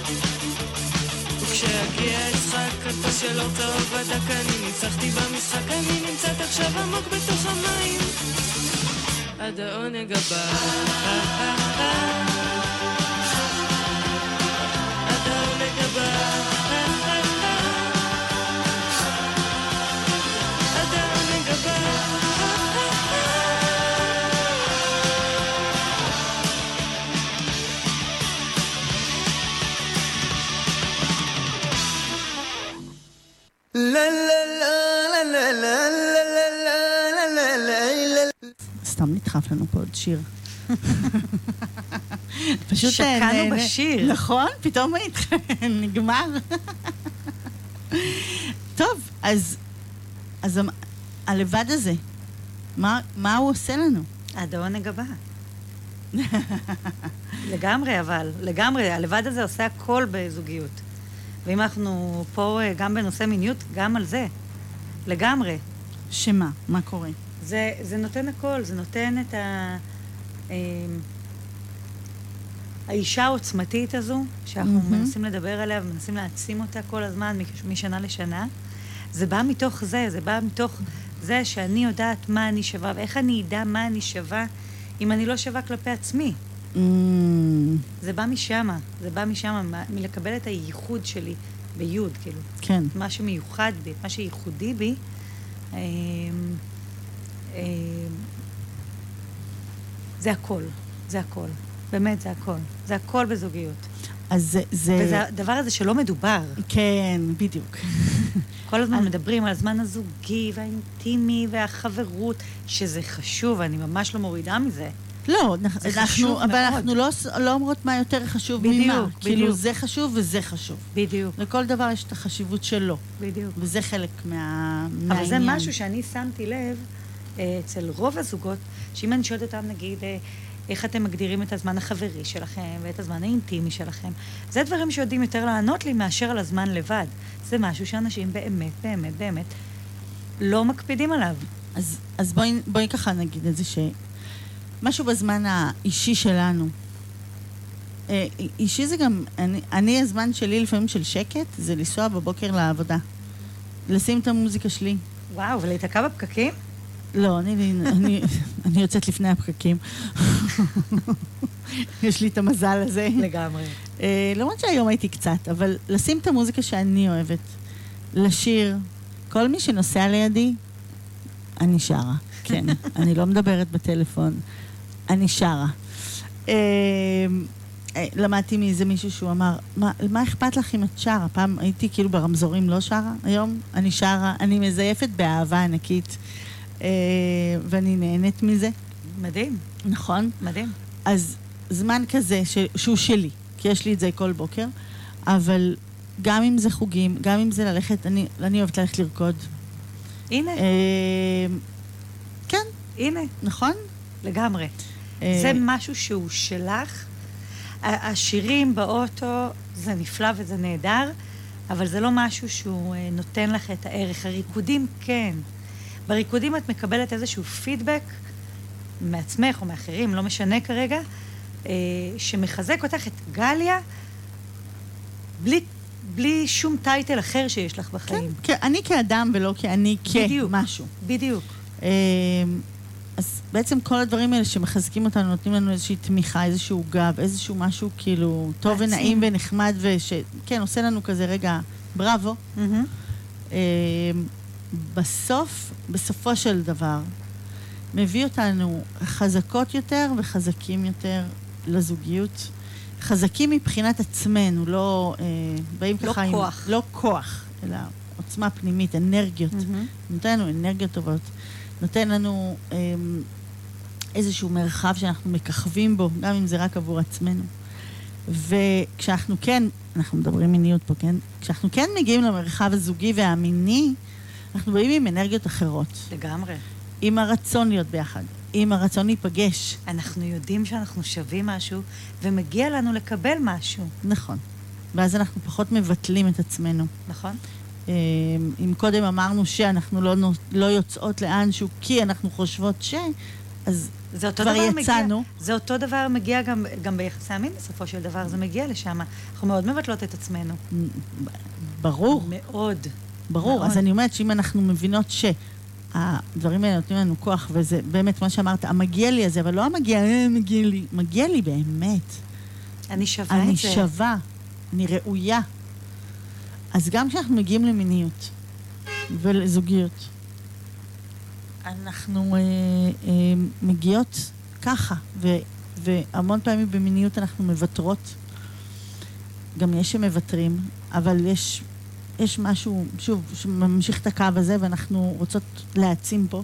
וכשהגיע יצחק כתוס של אור צהוב ודק, אני ניצחתי במשחק, אני נמצאת עכשיו עמוק בתוך המים עד העונג הבא. עד העונג הבא. עד העונג הבא. סתם נדחף לנו פה עוד שיר. פשוט שקענו בשיר. נכון? פתאום נגמר. טוב, אז הלבד הזה, מה הוא עושה לנו? עד העונג הבא. לגמרי, אבל, לגמרי, הלבד הזה עושה הכל בזוגיות. ואם אנחנו פה גם בנושא מיניות, גם על זה. לגמרי. שמה? מה קורה? זה נותן הכל, זה נותן את האישה העוצמתית הזו, שאנחנו מנסים לדבר עליה ומנסים להעצים אותה כל הזמן, משנה לשנה. זה בא מתוך זה בא מתוך זה שאני יודעת מה אני שווה, ואיך אני אדע מה אני שווה, אם אני לא שווה כלפי עצמי. זה בא משם, מלקבל את הייחוד שלי ביוד, כאילו. כן. מה שמיוחד בי, מה שייחודי בי, זה הכל, באמת זה הכל בזוגיות. אז זה... וזה הדבר הזה שלא מדובר. כן, בדיוק. כל הזמן מדברים על הזמן הזוגי והאינטימי והחברות, שזה חשוב, אני ממש לא מורידה מזה. לא, אבל אנחנו לא אומרות מה יותר חשוב ממה. כאילו זה חשוב וזה חשוב. בדיוק. לכל דבר יש את החשיבות שלו. בדיוק. וזה חלק מהעניין. אבל זה משהו שאני שמתי לב אצל רוב הזוגות, שאם אני שואלת אותם, נגיד, איך אתם מגדירים את הזמן החברי שלכם ואת הזמן האינטימי שלכם, זה דברים שיודעים יותר לענות לי מאשר על הזמן לבד. זה משהו שאנשים באמת לא מקפידים עליו. אז בואי ככה נגיד את זה משהו בזמן האישי שלנו. אישי זה גם, אני הזמן שלי לפעמים של שקט, זה לנסוע בבוקר לעבודה. לשים את המוזיקה שלי. וואו, ולהתעקע בפקקים? לא, אני יוצאת לפני הפקקים. יש לי את המזל הזה. לגמרי. למרות שהיום הייתי קצת, אבל לשים את המוזיקה שאני אוהבת, לשיר, כל מי שנוסע לידי, אני שרה. כן, אני לא מדברת בטלפון, אני שרה. למדתי מאיזה מישהו שהוא אמר, מה אכפת לך אם את שרה? פעם הייתי כאילו ברמזורים לא שרה, היום אני שרה, אני מזייפת באהבה ענקית, ואני נהנית מזה. מדהים. נכון? מדהים. אז זמן כזה שהוא שלי, כי יש לי את זה כל בוקר, אבל גם אם זה חוגים, גם אם זה ללכת, אני אוהבת ללכת לרקוד. הנה. כן. הנה. נכון? לגמרי. זה משהו שהוא שלך. השירים באוטו זה נפלא וזה נהדר, אבל זה לא משהו שהוא נותן לך את הערך. הריקודים כן. בריקודים את מקבלת איזשהו פידבק מעצמך או מאחרים, לא משנה כרגע, שמחזק אותך את גליה בלי שום טייטל אחר שיש לך בחיים. כן, אני כאדם ולא כאני כמשהו. בדיוק. אז בעצם כל הדברים האלה שמחזקים אותנו, נותנים לנו איזושהי תמיכה, איזשהו גב, איזשהו משהו כאילו טוב ונעים ונחמד, כן, עושה לנו כזה רגע, בראבו. בסופו של דבר, מביא אותנו חזקות יותר וחזקים יותר לזוגיות. חזקים מבחינת עצמנו, לא באים ככה עם... לא כוח, אלא עוצמה פנימית, אנרגיות. נותן לנו אנרגיות טובות. נותן לנו איזשהו מרחב שאנחנו מככבים בו, גם אם זה רק עבור עצמנו. וכשאנחנו כן, אנחנו מדברים מיניות פה, כן? כשאנחנו כן מגיעים למרחב הזוגי והמיני, אנחנו באים עם אנרגיות אחרות. לגמרי. עם הרצון להיות ביחד, עם הרצון להיפגש. אנחנו יודעים שאנחנו שווים משהו, ומגיע לנו לקבל משהו. נכון. ואז אנחנו פחות מבטלים את עצמנו. נכון. אם קודם אמרנו שאנחנו לא יוצאות לאנשהו, כי אנחנו חושבות אז כבר יצאנו. זה אותו דבר מגיע גם ביחסי המין בסופו של דבר, זה מגיע לשם. אנחנו מאוד מבטלות את עצמנו. ברור. מאוד. ברור. אז אני אומרת שאם אנחנו מבינות שהדברים האלה נותנים לנו כוח, וזה באמת מה שאמרת, המגיע לי הזה, אבל לא מגיע לי באמת. אני שווה את זה. אני שווה, אני ראויה. אז גם כשאנחנו מגיעים למיניות ולזוגיות, אנחנו מגיעות ככה, והמון פעמים במיניות אנחנו מבטרות. גם יש שמוותרים, אבל יש משהו, שוב, שממשיך את הקו הזה, ואנחנו רוצות להעצים פה.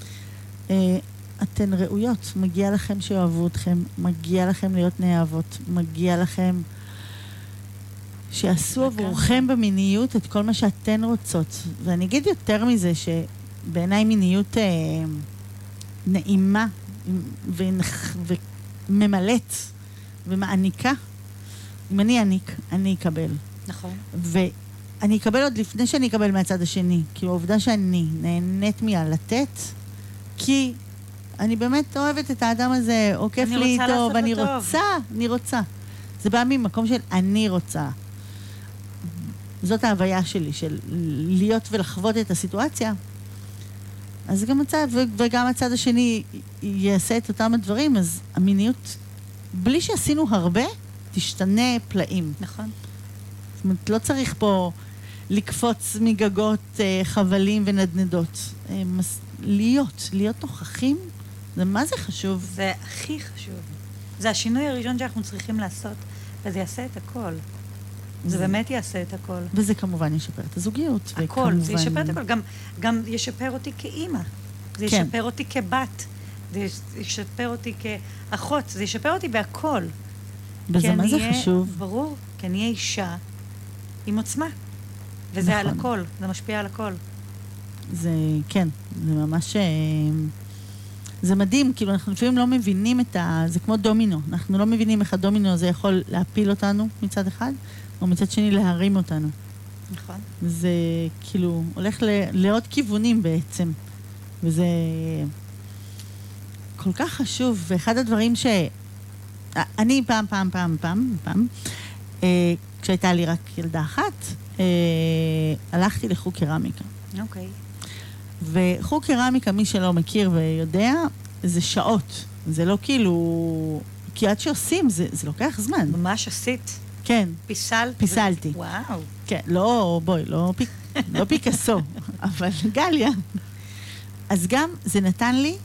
אתן ראויות, מגיע לכם שאוהבו אתכם, מגיע לכם להיות נאהבות, מגיע לכם שיעשו עבורכם במיניות את כל מה שאתן רוצות. ואני אגיד יותר מזה, שבעיניי מיניות נעימה וממלאת ומעניקה. אם אני אעניק, אני אקבל. נכון. ואני אקבל עוד לפני שאני אקבל מהצד השני. כאילו, העובדה שאני נהנית לתת, כי אני באמת אוהבת את האדם הזה, עוקף לי איתו, ואני רוצה. זה בא ממקום של אני רוצה. זאת ההוויה שלי, של להיות ולחוות את הסיטואציה. אז גם הצד, וגם הצד השני יעשה את אותם הדברים, אז המיניות, בלי שעשינו הרבה, תשתנה פלאים. נכון. זאת אומרת, לא צריך פה לקפוץ מגגות חבלים ונדנדות. להיות נוכחים, זה מה זה חשוב? זה הכי חשוב. זה השינוי הראשון שאנחנו צריכים לעשות, וזה יעשה את הכל. זה באמת יעשה את הכל. וזה כמובן ישפר את הזוגיות. הכל, זה ישפר את הכל. גם ישפר אותי כאימא. זה ישפר אותי כבת. זה ישפר אותי כאחות. זה ישפר אותי בהכל. וזה מה זה חשוב? ברור, כי אני אהיה אישה עם עוצמה. וזה על הכל, זה משפיע על הכל. זה, כן, זה ממש... זה מדהים, כאילו אנחנו לפעמים לא מבינים זה כמו דומינו. אנחנו לא מבינים איך הדומינו הזה יכול להפיל אותנו מצד אחד, או מצד שני להרים אותנו. נכון. זה כאילו הולך לעוד כיוונים בעצם. וזה כל כך חשוב. ואחד הדברים אני פעם, כשהייתה לי רק ילדה אחת, הלכתי לחוג קרמיקה. אוקיי. וחוג קרמיקה, מי שלא מכיר ויודע, זה שעות. זה לא כאילו... כי עד שעושים, זה לוקח זמן. ממש עשית? כן. פיסלתי. וואו. כן, לא, בואי, לא פיקאסו, אבל גליה. אז גם זה נתן לי,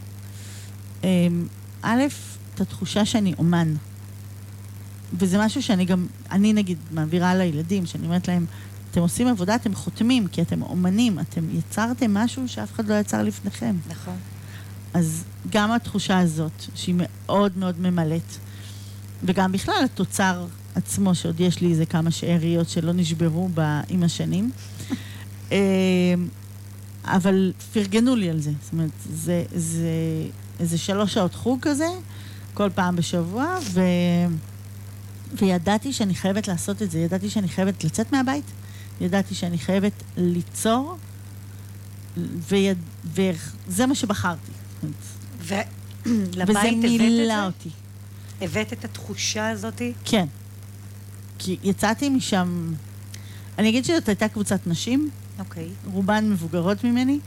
א', את התחושה שאני אומן. וזה משהו שאני גם, אני נגיד מעבירה לילדים, שאני אומרת להם, אתם עושים עבודה, אתם חותמים, כי אתם אומנים, אתם יצרתם משהו שאף אחד לא יצר לפניכם. נכון. אז גם התחושה הזאת, שהיא מאוד מאוד ממלאת, וגם בכלל התוצר עצמו, שעוד יש לי איזה כמה שאריות שלא נשברו עם השנים, אבל פרגנו לי על זה. זאת אומרת, זה 3 שעות חוג כזה, כל פעם בשבוע, וידעתי שאני חייבת לעשות את זה, ידעתי שאני חייבת לצאת מהבית, ידעתי שאני חייבת ליצור, וזה מה שבחרתי. ולבית הבאת מילא אותי. הבאת את התחושה הזאת? כן. כי יצאתי משם, אני אגיד שזאת הייתה קבוצת נשים, אוקיי. רובן מבוגרות ממני,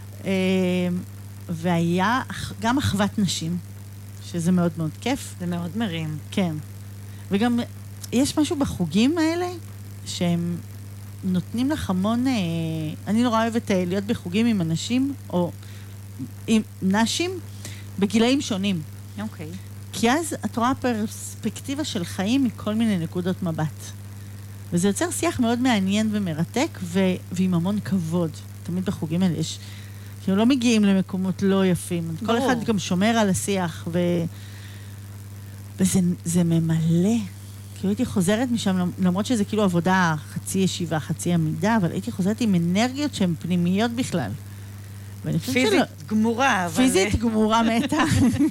והיה גם אחוות נשים, שזה מאוד מאוד כיף. זה מאוד מרים. כן. וגם יש משהו בחוגים האלה, שהם נותנים לך המון, אני נורא אוהבת להיות בחוגים עם אנשים, או עם נשים, בגילאים שונים. אוקיי. כי אז את רואה פרספקטיבה של חיים מכל מיני נקודות מבט. וזה יוצר שיח מאוד מעניין ומרתק, ועם המון כבוד. תמיד בחוגים האלה יש, כאילו לא מגיעים למקומות לא יפים. כל אחד גם שומר על השיח, וזה ממלא. כאילו הייתי חוזרת משם, למרות שזה כאילו עבודה חצי ישיבה, חצי עמידה, אבל הייתי חוזרת עם אנרגיות שהן פנימיות בכלל. פיזית גמורה. פיזית גמורה מתה.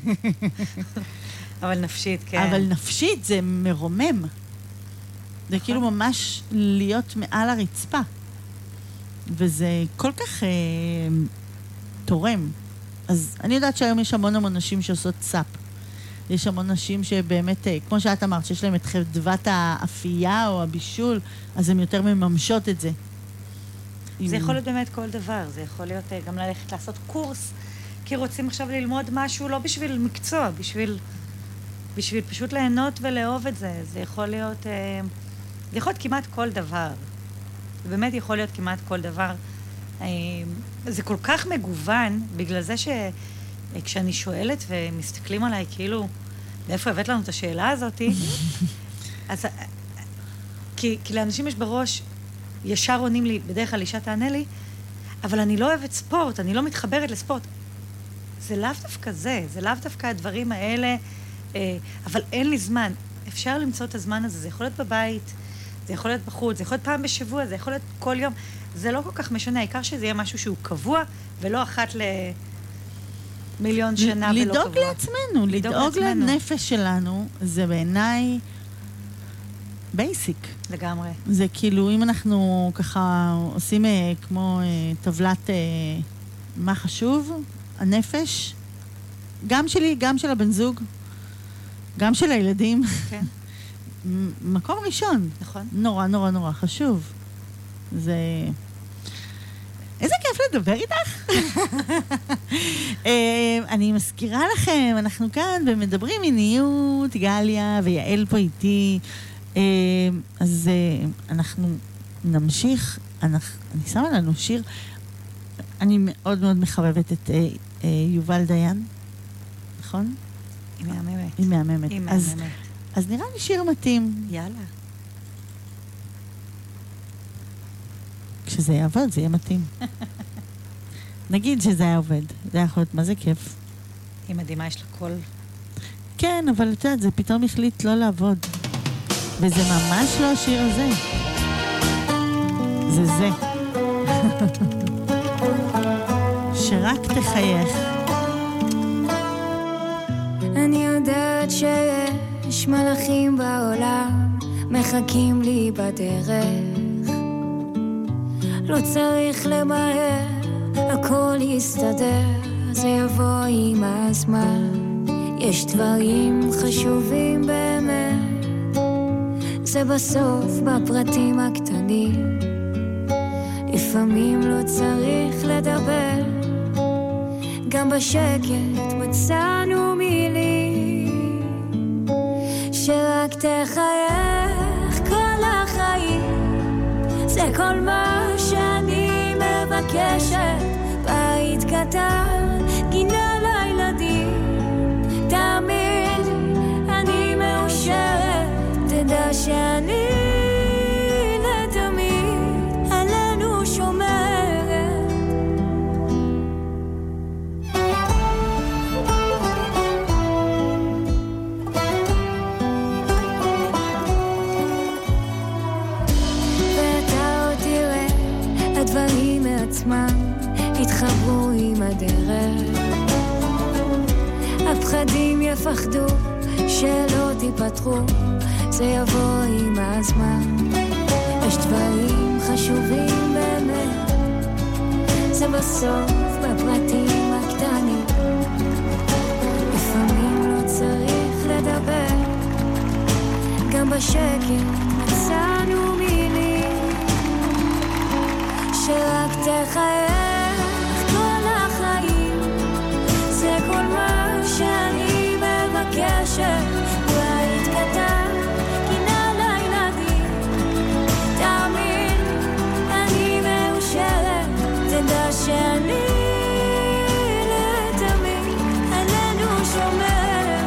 אבל נפשית, כן. אבל נפשית זה מרומם. זה כאילו ממש להיות מעל הרצפה. וזה כל כך תורם. אז אני יודעת שהיום יש המון נשים שעושות סאפ. יש המון נשים שבאמת, כמו שאת אמרת, שיש להם את חדוות האפייה או הבישול, אז הן יותר מממשות את זה. זה יכול להיות באמת כל דבר. זה יכול להיות גם ללכת לעשות קורס, כי רוצים עכשיו ללמוד משהו, לא בשביל מקצוע, בשביל פשוט ליהנות ולאהוב את זה. זה יכול להיות כמעט כל דבר. זה באמת יכול להיות כמעט כל דבר. זה כל כך מגוון, בגלל זה שכשאני שואלת ומסתכלים עליי, כאילו, לאיפה הבאת לנו את השאלה הזאת? אז, כי לאנשים יש בראש, ישר עונים לי, בדרך כלל אישה תענה לי, אבל אני לא אוהבת ספורט, אני לא מתחברת לספורט. זה לאו דווקא זה לאו דווקא הדברים האלה, אבל אין לי זמן. אפשר למצוא את הזמן הזה, זה יכול להיות בבית, זה יכול להיות בחוץ, זה יכול להיות פעם בשבוע, זה יכול להיות כל יום. זה לא כל כך משנה, העיקר שזה יהיה משהו שהוא קבוע, ולא אחת למיליון שנה ולא קבוע. לדאוג לעצמנו, לדאוג לנפש שלנו, זה בעיניי בייסיק. לגמרי. זה כאילו, אם אנחנו ככה עושים כמו טבלת מה חשוב, הנפש, גם שלי, גם של הבן זוג, גם של הילדים. כן. מקום ראשון. נכון. נורא, נורא, נורא חשוב. זה... איזה כיף לדבר איתך. אני מזכירה לכם, אנחנו כאן ומדברים מיניות, גליה ויעל פה איתי. אז אנחנו נמשיך. אני שמה לנו שיר. אני מאוד מאוד מחבבת את יובל דיין. נכון? היא מהממת. היא מהממת. היא מהממת. אז נראה לי שיר מתאים. יאללה. כשזה יעבוד, זה יהיה מתאים. נגיד שזה היה עובד. זה היה יכול להיות, מה זה כיף? היא מדהימה, יש לה קול. כן, אבל את יודעת, זה פתאום החליט לא לעבוד. וזה ממש לא השיר הזה. זה. שרק תחייך. אני יודעת שיש מלאכים בעולם מחכים לי בדרך, לא צריך למהר, הכל יסתדר, זה יבוא עם הזמן. יש דברים חשובים באמת, זה בסוף בפרטים הקטנים, לפעמים לא צריך לדבר, גם בשקט מצאנו מילים, שרק תחייך כל החיים, זה כל מה שאני מבקשת, בית קטן גינה לילדים, תמיד אני מאושרת, תדע שאני לתמיד עלינו שומרת. ואתה עוד תראה, הדברים מעצמם התחברו עם הדרך. הפחדים יפחדו שלא תיפתחו, זה יבוא עם הזמן. יש דברים חשובים באמת, זה בסוף בפרטים הקטנים. לפעמים לא צריך לדבר, גם בשקט מצאנו מילים שרק תחייך כל החיים. זה כל מה שאני מבקשת, בית קטן, גינה לילדים, תמיד אני מאושרת, תדע שאני לתמיד עלינו שומרת.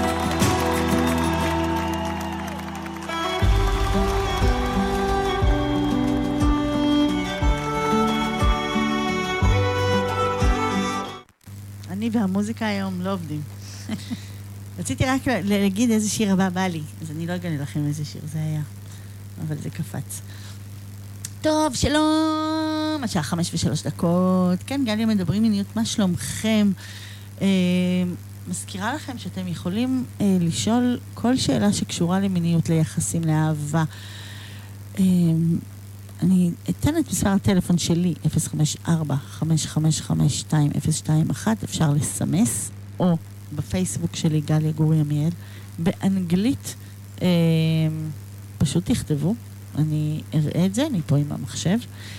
אני והמוזיקה היום לא עובדים. רציתי רק להגיד איזה שיר הבא בא לי, אז אני לא אגלה לכם איזה שיר זה היה, אבל זה קפץ. טוב, שלום, השעה 5:03. כן, גליה מדברים מיניות, מה שלומכם? מזכירה לכם שאתם יכולים לשאול כל שאלה שקשורה למיניות, ליחסים, לאהבה. אני אתן את מספר הטלפון שלי, 054-555-2021, אפשר לסמס, או בפייסבוק שלי, גליה גורי עמיאל, באנגלית, פשוט תכתבו, אני אראה את זה, אני פה עם המחשב.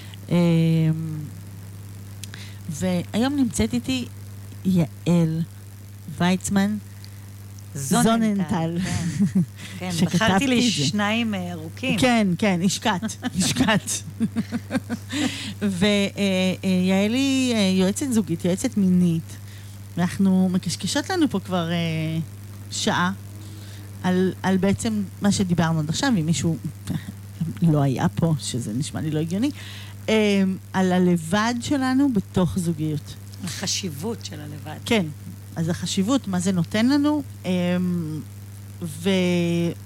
והיום נמצאת איתי יעל ויצמן, זוננטל. כן, בחרתי לי שניים ארוכים. כן, כן, השקעת. ויעל היא יועצת זוגית, יועצת מינית. אנחנו מקשקשות לנו פה כבר שעה על בעצם מה שדיברנו עד עכשיו, אם מישהו לא היה פה, שזה נשמע לי לא הגיוני, על הלבד שלנו בתוך זוגיות. החשיבות של הלבד. כן. אז החשיבות, מה זה נותן לנו,